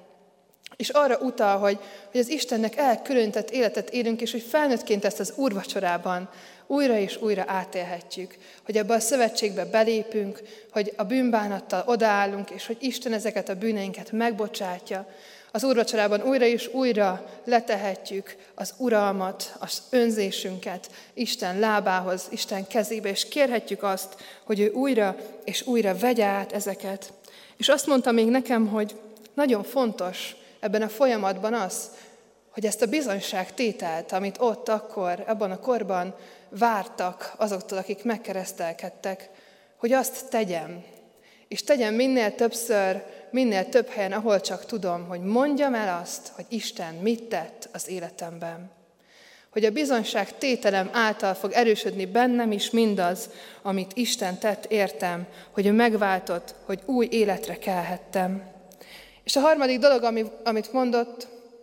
És arra utal, hogy, hogy az Istennek elkülönített életet élünk, és hogy felnőttként ezt az úrvacsorában újra és újra átélhetjük, hogy ebbe a szövetségbe belépünk, hogy a bűnbánattal odaállunk, és hogy Isten ezeket a bűneinket megbocsátja. Az úrvacsorában újra és újra letehetjük az uralmat, az önzésünket Isten lábához, Isten kezébe, és kérhetjük azt, hogy ő újra és újra vegye át ezeket. És azt mondta még nekem, hogy nagyon fontos ebben a folyamatban az, hogy ezt a bizonyságtételt, amit ott akkor, abban a korban vártak azoktól, akik megkeresztelkedtek, hogy azt tegyem. És tegyem minél többször, minél több helyen, ahol csak tudom, hogy mondjam el azt, hogy Isten mit tett az életemben. Hogy a bizonyság tételem által fog erősödni bennem is mindaz, amit Isten tett értem, hogy ő megváltott, hogy új életre kelhettem. És a harmadik dolog, amit mondott,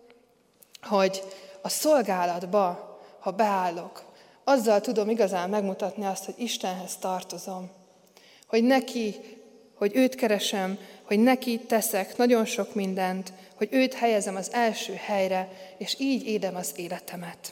hogy a szolgálatba, ha beállok, azzal tudom igazán megmutatni azt, hogy Istenhez tartozom. Hogy neki, hogy őt keresem, hogy neki teszek nagyon sok mindent, hogy őt helyezem az első helyre, és így élem az életemet.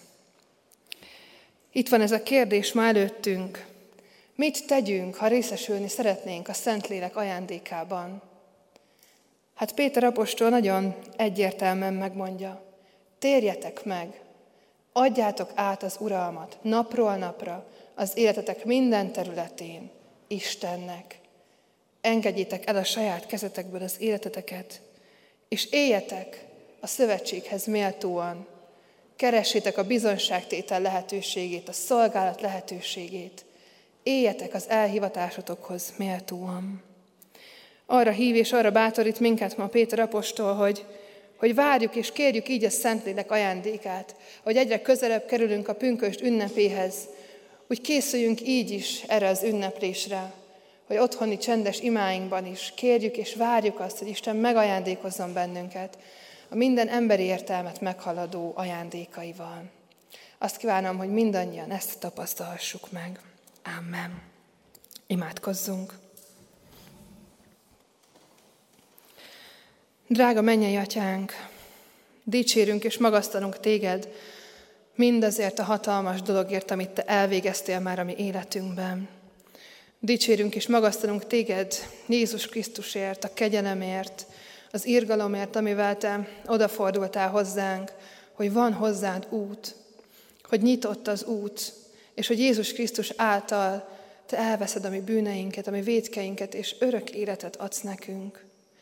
Itt van ez a kérdés ma előttünk. Mit tegyünk, ha részesülni szeretnénk a Szentlélek ajándékában? Hát Péter apostol nagyon egyértelműen megmondja, térjetek meg, adjátok át az uralmat napról napra az életetek minden területén Istennek. Engedjétek el a saját kezetekből az életeteket, és éljetek a szövetséghez méltóan. Keressétek a bizonyságtétel lehetőségét, a szolgálat lehetőségét. Éljetek az elhivatásotokhoz méltóan. Arra hív és arra bátorít minket ma Péter apostol, hogy, hogy várjuk és kérjük így a Szentlélek ajándékát, hogy egyre közelebb kerülünk a pünkösd ünnepéhez, úgy készüljünk így is erre az ünneplésre, hogy otthoni csendes imáinkban is kérjük és várjuk azt, hogy Isten megajándékozzon bennünket a minden emberi értelmet meghaladó ajándékaival. Azt kívánom, hogy mindannyian ezt tapasztalhassuk meg. Amen. Imádkozzunk. Drága mennyei Atyánk, dicsérünk és magasztalunk Téged mindazért a hatalmas dologért, amit Te elvégeztél már a mi életünkben. Dicsérünk és magasztalunk Téged Jézus Krisztusért, a kegyelemért, az irgalomért, amivel Te odafordultál hozzánk, hogy van hozzád út, hogy nyitott az út, és hogy Jézus Krisztus által Te elveszed a mi bűneinket, a mi vétkeinket, és örök életet adsz nekünk.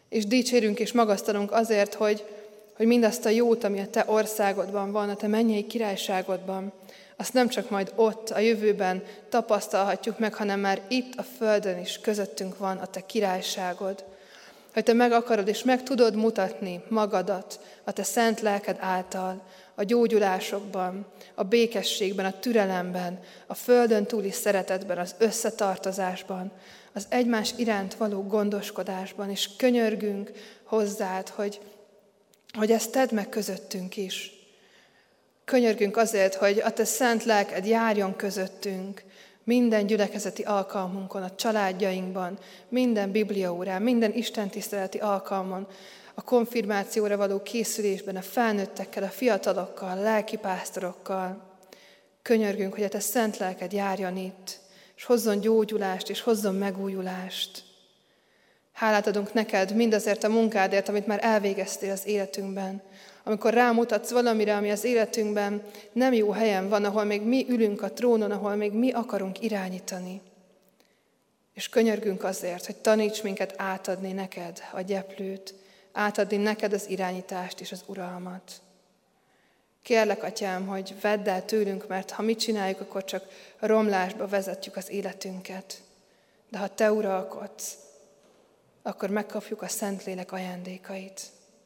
És dicsérünk és magasztalunk azért, hogy, hogy mindazt a jót, ami a te országodban van, a te mennyei királyságodban, azt nem csak majd ott, a jövőben tapasztalhatjuk meg, hanem már itt a földön is közöttünk van a te királyságod. Hogy te meg akarod és meg tudod mutatni magadat a te szent lelked által, a gyógyulásokban, a békességben, a türelemben, a földön túli szeretetben, az összetartozásban, az egymás iránt való gondoskodásban, és könyörgünk hozzád, hogy, hogy ezt tedd meg közöttünk is. Könyörgünk azért, hogy a te szent lelked járjon közöttünk, minden gyülekezeti alkalmunkon, a családjainkban, minden bibliaórán, minden istentiszteleti alkalmon, a konfirmációra való készülésben, a felnőttekkel, a fiatalokkal, a lelkipásztorokkal. Könyörgünk, hogy a te szent lelked járjon itt, és hozzon gyógyulást, és hozzon megújulást. Hálát adunk neked mindazért a munkádért, amit már elvégeztél az életünkben. Amikor rámutatsz valamire, ami az életünkben nem jó helyen van, ahol még mi ülünk a trónon, ahol még mi akarunk irányítani. És könyörgünk azért, hogy taníts minket átadni neked a gyeplőt, átadni neked az irányítást és az uralmat. Kérlek, Atyám, hogy vedd el tőlünk, mert ha mit csináljuk, akkor csak a romlásba vezetjük az életünket. De ha te uralkodsz, akkor megkapjuk a Szentlélek ajándékait.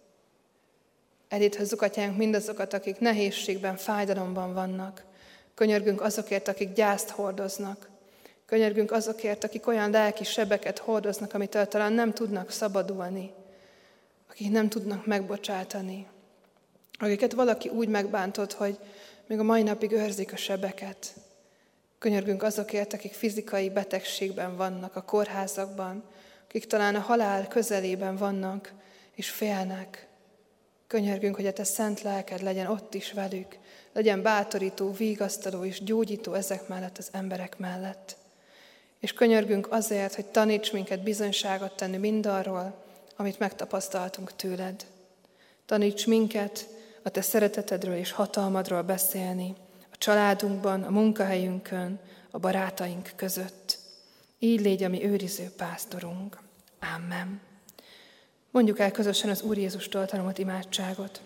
Eléd hozzuk, Atyánk, mindazokat, akik nehézségben, fájdalomban vannak. Könyörgünk azokért, akik gyászt hordoznak. Könyörgünk azokért, akik olyan lelki sebeket hordoznak, amitől talán nem tudnak szabadulni. Akik nem tudnak megbocsátani. Akiket valaki úgy megbántott, hogy még a mai napig őrzik a sebeket. Könyörgünk azokért, akik fizikai betegségben vannak, a kórházakban, akik talán a halál közelében vannak, és félnek. Könyörgünk, hogy a te szent lelked legyen ott is velük, legyen bátorító, vigasztaló és gyógyító ezek mellett az emberek mellett. És könyörgünk azért, hogy taníts minket bizonyságot tenni mindarról, amit megtapasztaltunk tőled. Taníts minket a te szeretetedről és hatalmadról beszélni, a családunkban, a munkahelyünkön, a barátaink között. Így légy a mi őriző pásztorunk. Amen. Mondjuk el közösen az Úr Jézustól tanult imádságot.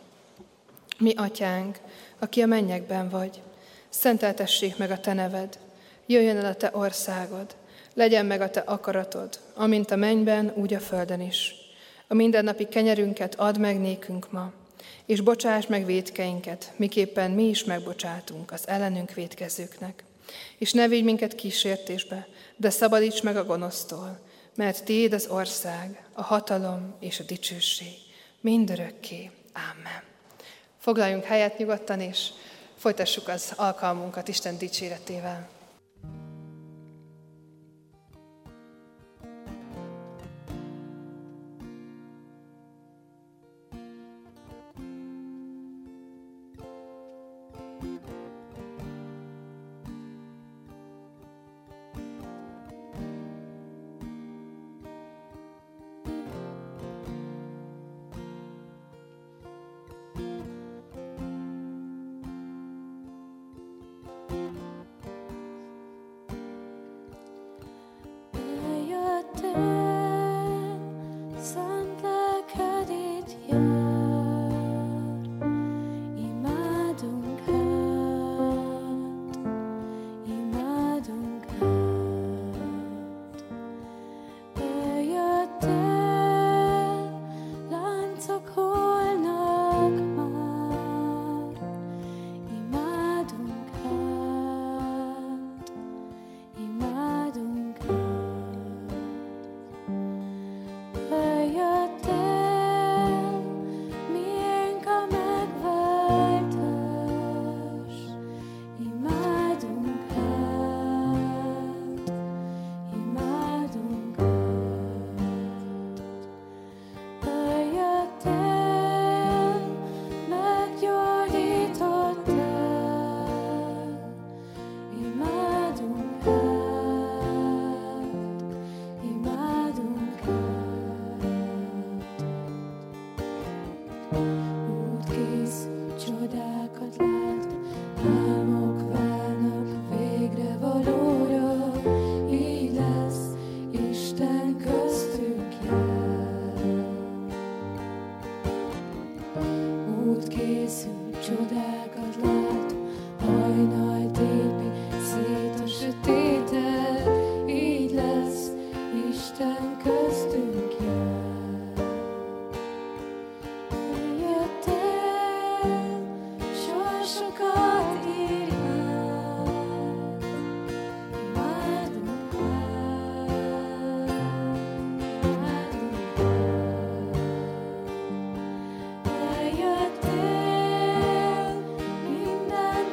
Mi atyánk, aki a mennyekben vagy, szenteltessék meg a te neved, jöjjön el a te országod, legyen meg a te akaratod, amint a mennyben, úgy a földön is. A mindennapi kenyerünket add meg nékünk ma, és bocsáss meg vétkeinket, miképpen mi is megbocsátunk az ellenünk vétkezőknek. És ne vigy minket kísértésbe, de szabadíts meg a gonosztól, mert tiéd az ország, a hatalom és a dicsőség mindörökké. Amen. Foglaljunk helyet nyugodtan, és folytassuk az alkalmunkat Isten dicséretével. Isten köztünk jár. Út készül, csodákat lát, hajnal tépi szét a sötétet, így lesz, Isten köztünk jár. Jöttél, sorsokat írj át, imádunk rád, imádunk rád. Eljöttél, mindent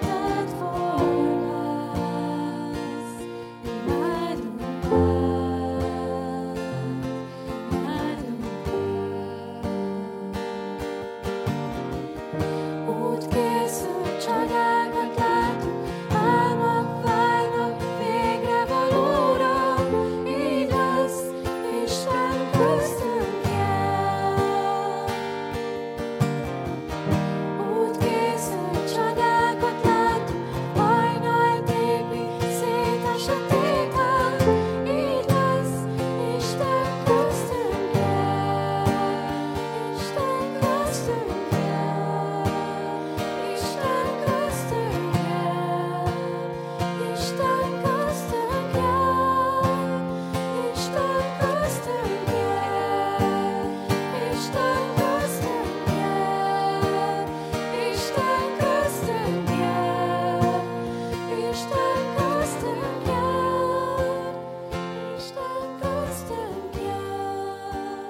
átformálsz, imádunk rád, imádunk rád. Út készül, csodákat látunk, álmok válnak végre valóra, így lesz, Isten köztünk jár. Út készül, csodákat látunk, hajnal tépi szét a sötétet, így lesz, Isten köztünk jár. Isten köztünk jár. Isten köztünk jár. Isten köztünk jár. Isten köztünk jár. Isten köztünk jár. Isten köztünk jár. Isten köztünk jár. Isten köztünk jár.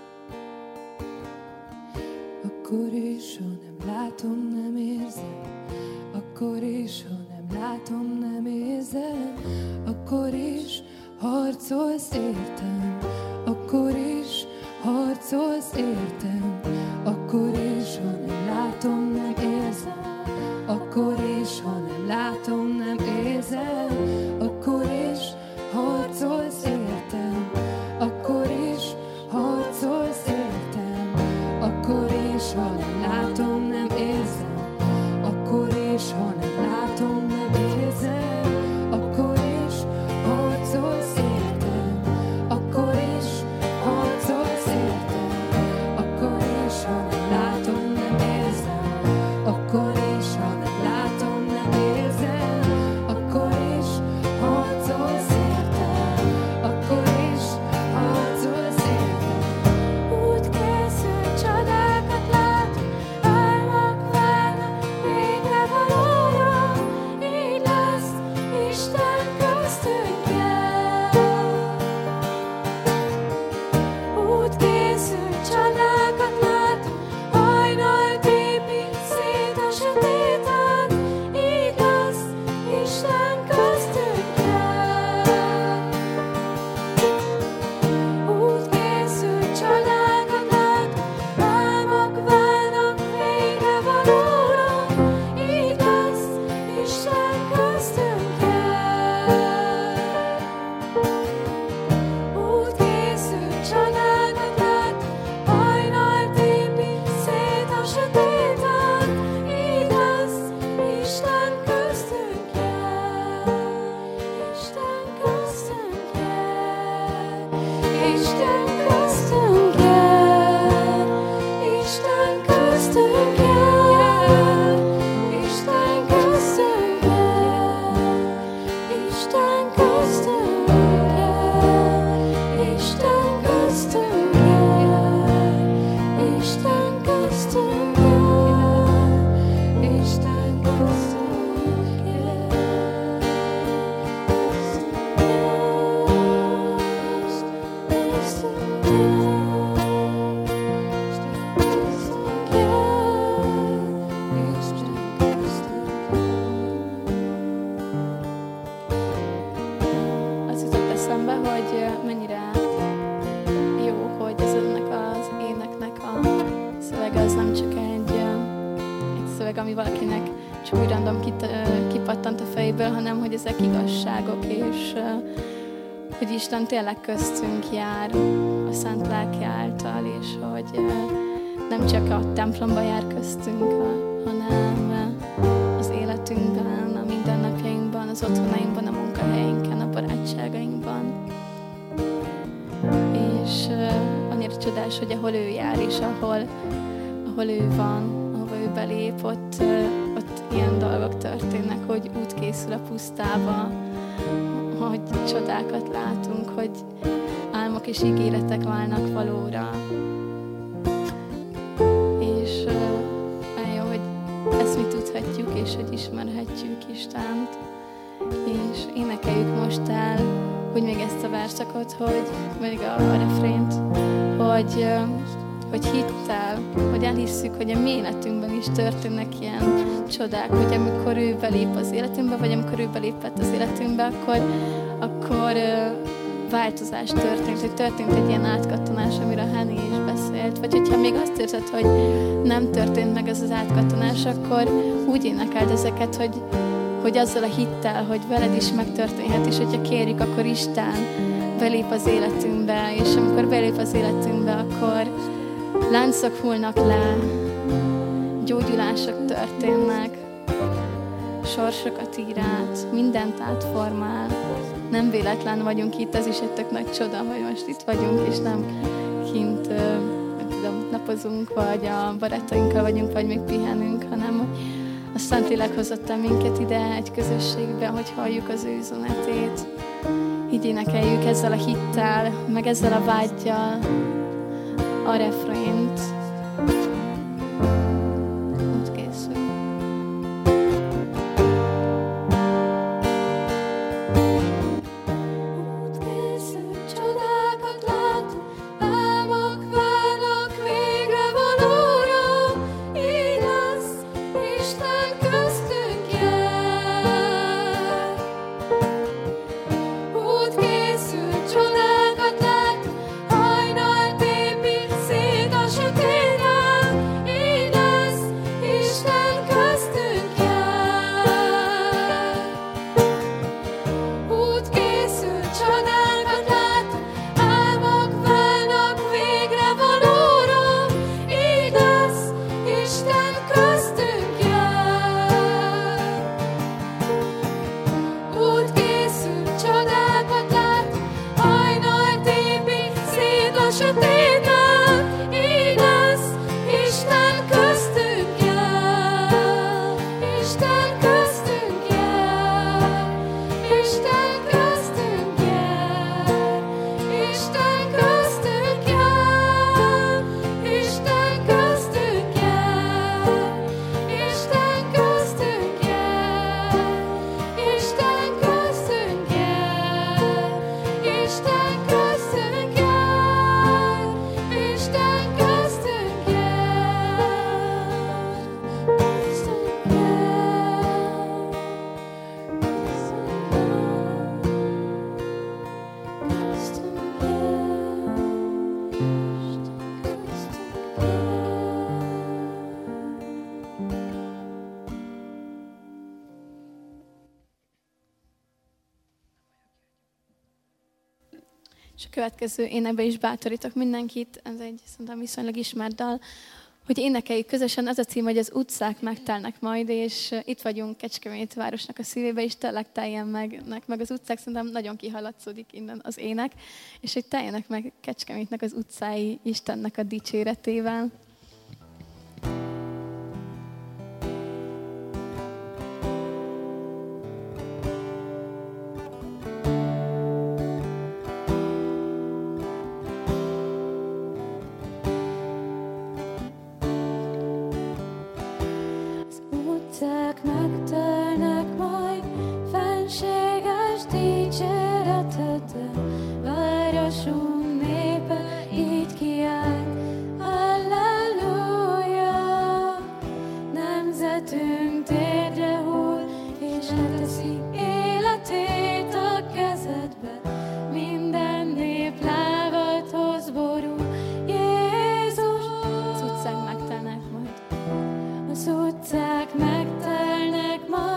Akkor is, ha nem látom, nem érzem, akkor is, ha nem látom, nem érzem, akkor is harcolsz értem, akkor is harcolsz értem, akkor is, ha nem látom, nem érzem, akkor is, ha nem látom, nem érzem, akkor is harcolsz értem, akkor is harcolsz értem, akkor is, ha nem látom, nem érzem, akkor is, ha nem látom, nem érzem, akkor is harcolsz értem, akkor is harcolsz értem, akkor is, ha nem látom, nem érzem, akkor is, ha nem látom, nem érzem, akkor is harcolsz értem, akkor is harcolsz értem. Út készül, csodákat látunk, álmok válnak végre valóra, így lesz, Isten köztünk jár. Út készül, csodákat látunk, hajnal tépi szét a sötétet, így lesz, Isten köztünk jár. Út készül, csodákat látunk, álmok válnak végre valóra, így lesz, Isten köztünk jár. Út készül, csodákat látunk, hajnal tépi szét a sötétet, így lesz, Isten köztünk jár. Isten köztünk jár. Isten köztünk jár. Isten köztünk jár. Isten köztünk jár. Isten köztünk jár. Isten köztünk jár. Isten köztünk jár. Isten köztünk Az jutott eszembe, hogy mennyire jó, hogy ez ennek az éneknek a szövege az nem csak egy, egy szöveg, ami valakinek csak úgy random kit, kipattant a fejéből, hanem hogy ezek igazságok, és hogy Isten tényleg köztünk jár a Szent Lelki által, és hogy nem csak a templomba jár köztünk, hanem az életünkben, a mindennapjainkban, az otthonainkban, a munkahelyeinken, a barátságainkban. És annyira csodás, hogy ahol ő jár, és ahol, ahol ő van, ahol ő ő belép, ott, ott ilyen dolgok történnek, hogy út készül a pusztába, hogy csodákat látunk, hogy álmok és ígéretek válnak valóra. És olyan jó, hogy ezt mi tudhatjuk, és hogy ismerhetjük Istent. És énekeljük most el, hogy még ezt a verszakot, hogy még a, a refrént, hogy, hogy hittel, hogy elhisszük, hogy a mi életünkben is történnek ilyen csodák, hogy amikor ő belép az életünkbe, vagy amikor ő belépett az életünkbe, akkor, akkor változás történt, hogy történt egy ilyen átkattanás, amire a Henny is beszélt. Vagy hogyha még azt érzed, hogy nem történt meg ez az átkattanás, akkor úgy énekeld ezeket, hogy, hogy azzal a hittel, hogy veled is megtörténhet, és hogyha kérjük, akkor Isten belép az életünkbe, és amikor belép az életünkbe, akkor láncok hullnak le, gyógyulások történnek, sorsokat ír át, mindent átformál. Nem véletlen vagyunk itt, ez is egy tök nagy csoda, hogy most itt vagyunk, és nem kint nem tudom, napozunk, vagy a barátainkkal vagyunk, vagy még pihenünk, hanem a Szentlélek hozott el minket ide egy közösségbe, hogy halljuk az ő üzenetét. Így énekeljük ezzel a hittel, meg ezzel a vággyal a refrént. Úgy készül. És a következő énekbe is bátorítok mindenkit, ez egy szerintem viszonylag ismert dal, hogy énekeljük közösen. Az a cím, hogy az utcák megtelnek majd, és itt vagyunk Kecskemét városnak a szívébe, és tényleg teljen meg, meg az utcák, szerintem nagyon kihaladszódik innen az ének, és hogy teljenek meg Kecskemétnek az utcái Istennek a dicséretével. Az utcák megtelnek majd.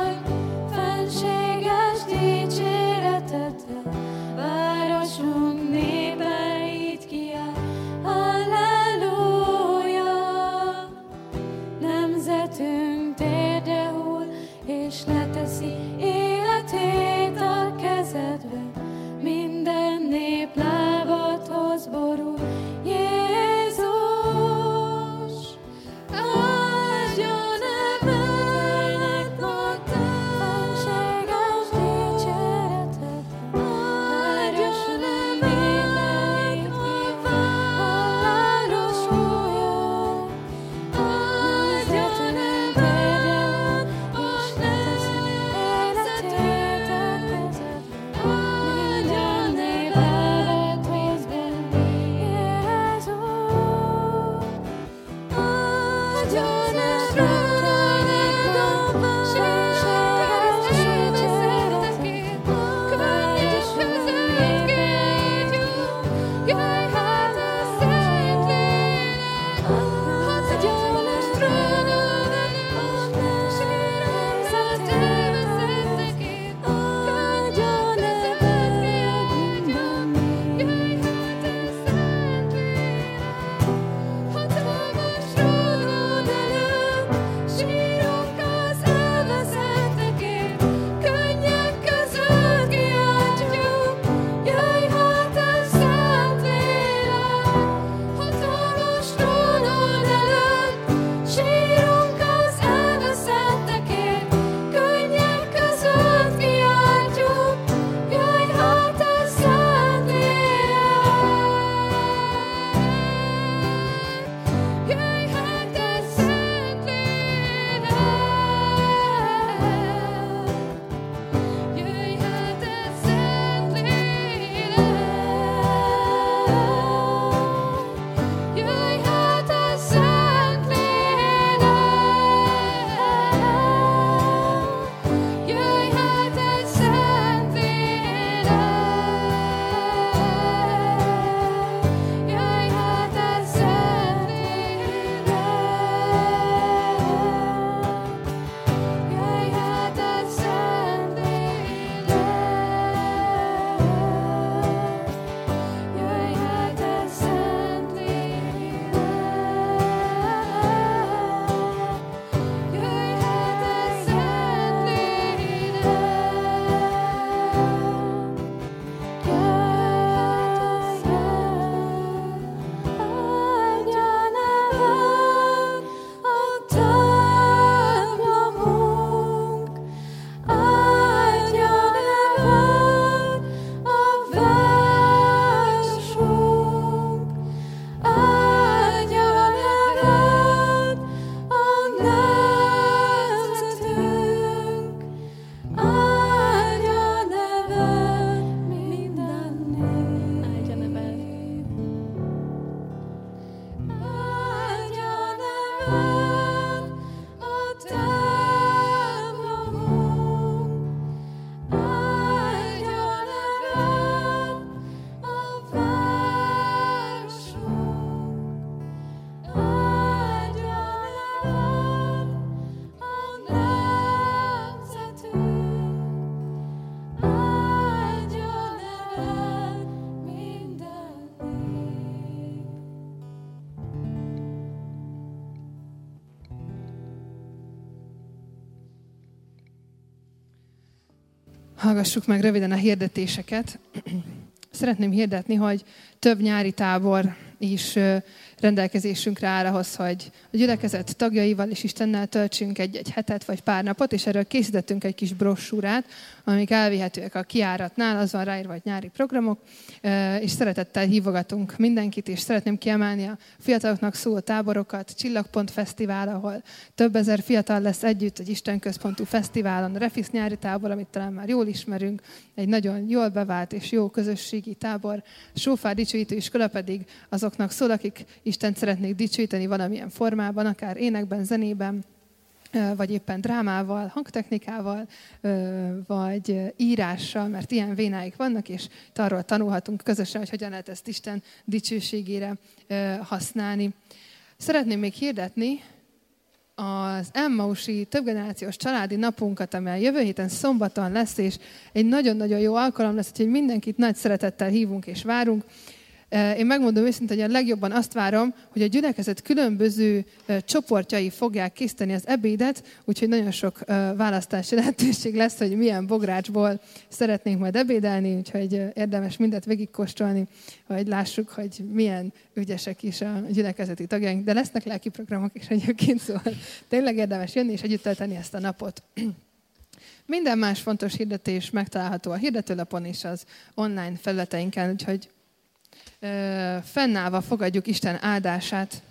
Hallgassuk meg röviden a hirdetéseket. Szeretném hirdetni, hogy több nyári tábor is rendelkezésünkre áll ahhoz, hogy a gyülekezet tagjaival és Istennel töltsünk egy-egy hetet vagy pár napot, és erről készítettünk egy kis brossúrát, amik elvihetőek a kijáratnál, az van ráírva, vagy nyári programok, és szeretettel hívogatunk mindenkit, és szeretném kiemelni a fiataloknak szóló táborokat, Csillagpont Fesztivál, ahol több ezer fiatal lesz együtt egy istenközpontú fesztiválon, a Refisz nyári tábor, amit talán már jól ismerünk, egy nagyon jól bevált és jó közösségi tábor, Sófár dicsőítő iskola pedig azoknak szól, akik Istent szeretnék dicsőíteni valamilyen formában, akár énekben, zenében, vagy éppen drámával, hangtechnikával, vagy írással, mert ilyen vénáik vannak, és arról tanulhatunk közösen, hogy hogyan lehet ezt Isten dicsőségére használni. Szeretném még hirdetni az Emmausi többgenerációs családi napunkat, amely jövő héten szombaton lesz, és egy nagyon-nagyon jó alkalom lesz, hogy mindenkit nagy szeretettel hívunk és várunk. Én megmondom őszintén, hogy a legjobban azt várom, hogy a gyülekezet különböző csoportjai fogják készíteni az ebédet, úgyhogy nagyon sok választási lehetőség lesz, hogy milyen bográcsból szeretnénk majd ebédelni, úgyhogy érdemes mindet végigkóstolni, hogy lássuk, hogy milyen ügyesek is a gyülekezeti tagjaink, de lesznek lelki programok is egyébként, szóval tényleg érdemes jönni és együtt tölteni ezt a napot. Minden más fontos hirdetés megtalálható a hirdetőlapon és az online felületeinken, úgyhogy fennállva fogadjuk Isten áldását.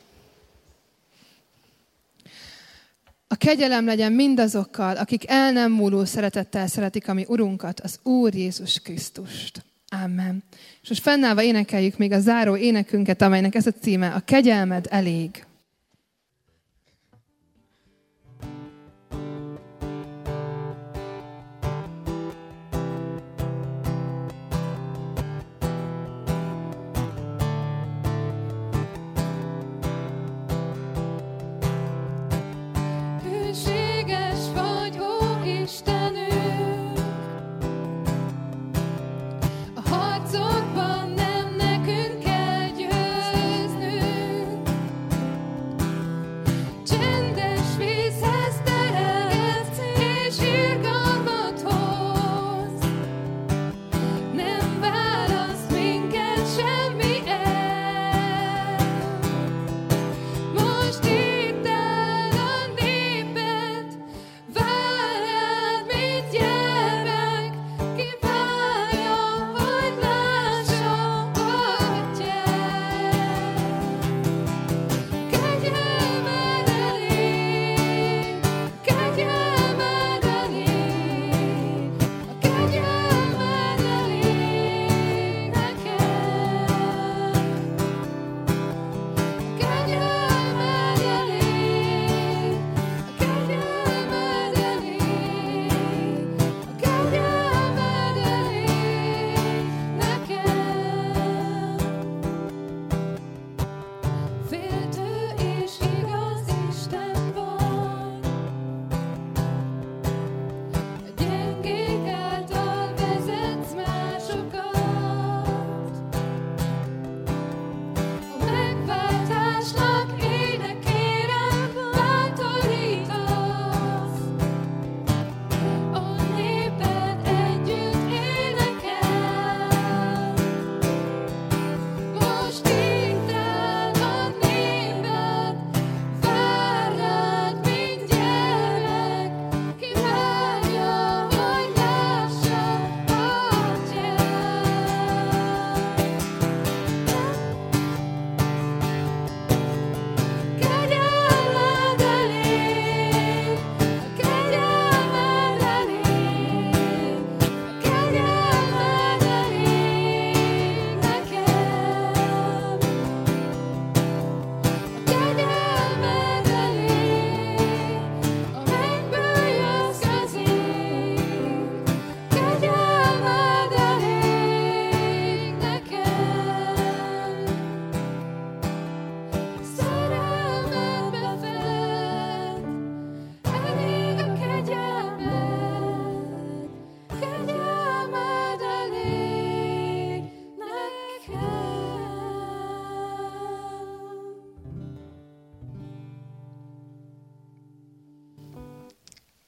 A kegyelem legyen mindazokkal, akik el nem múló szeretettel szeretik a mi Urunkat, az Úr Jézus Krisztust. Amen. És most fennállva énekeljük még a záró énekünket, amelynek ez a címe: A kegyelmed elég. Harcokban nem nekünk kell győznünk.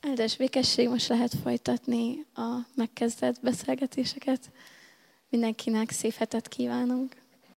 Áldás békesség, most lehet folytatni a megkezdett beszélgetéseket. Mindenkinek szép hetet kívánunk.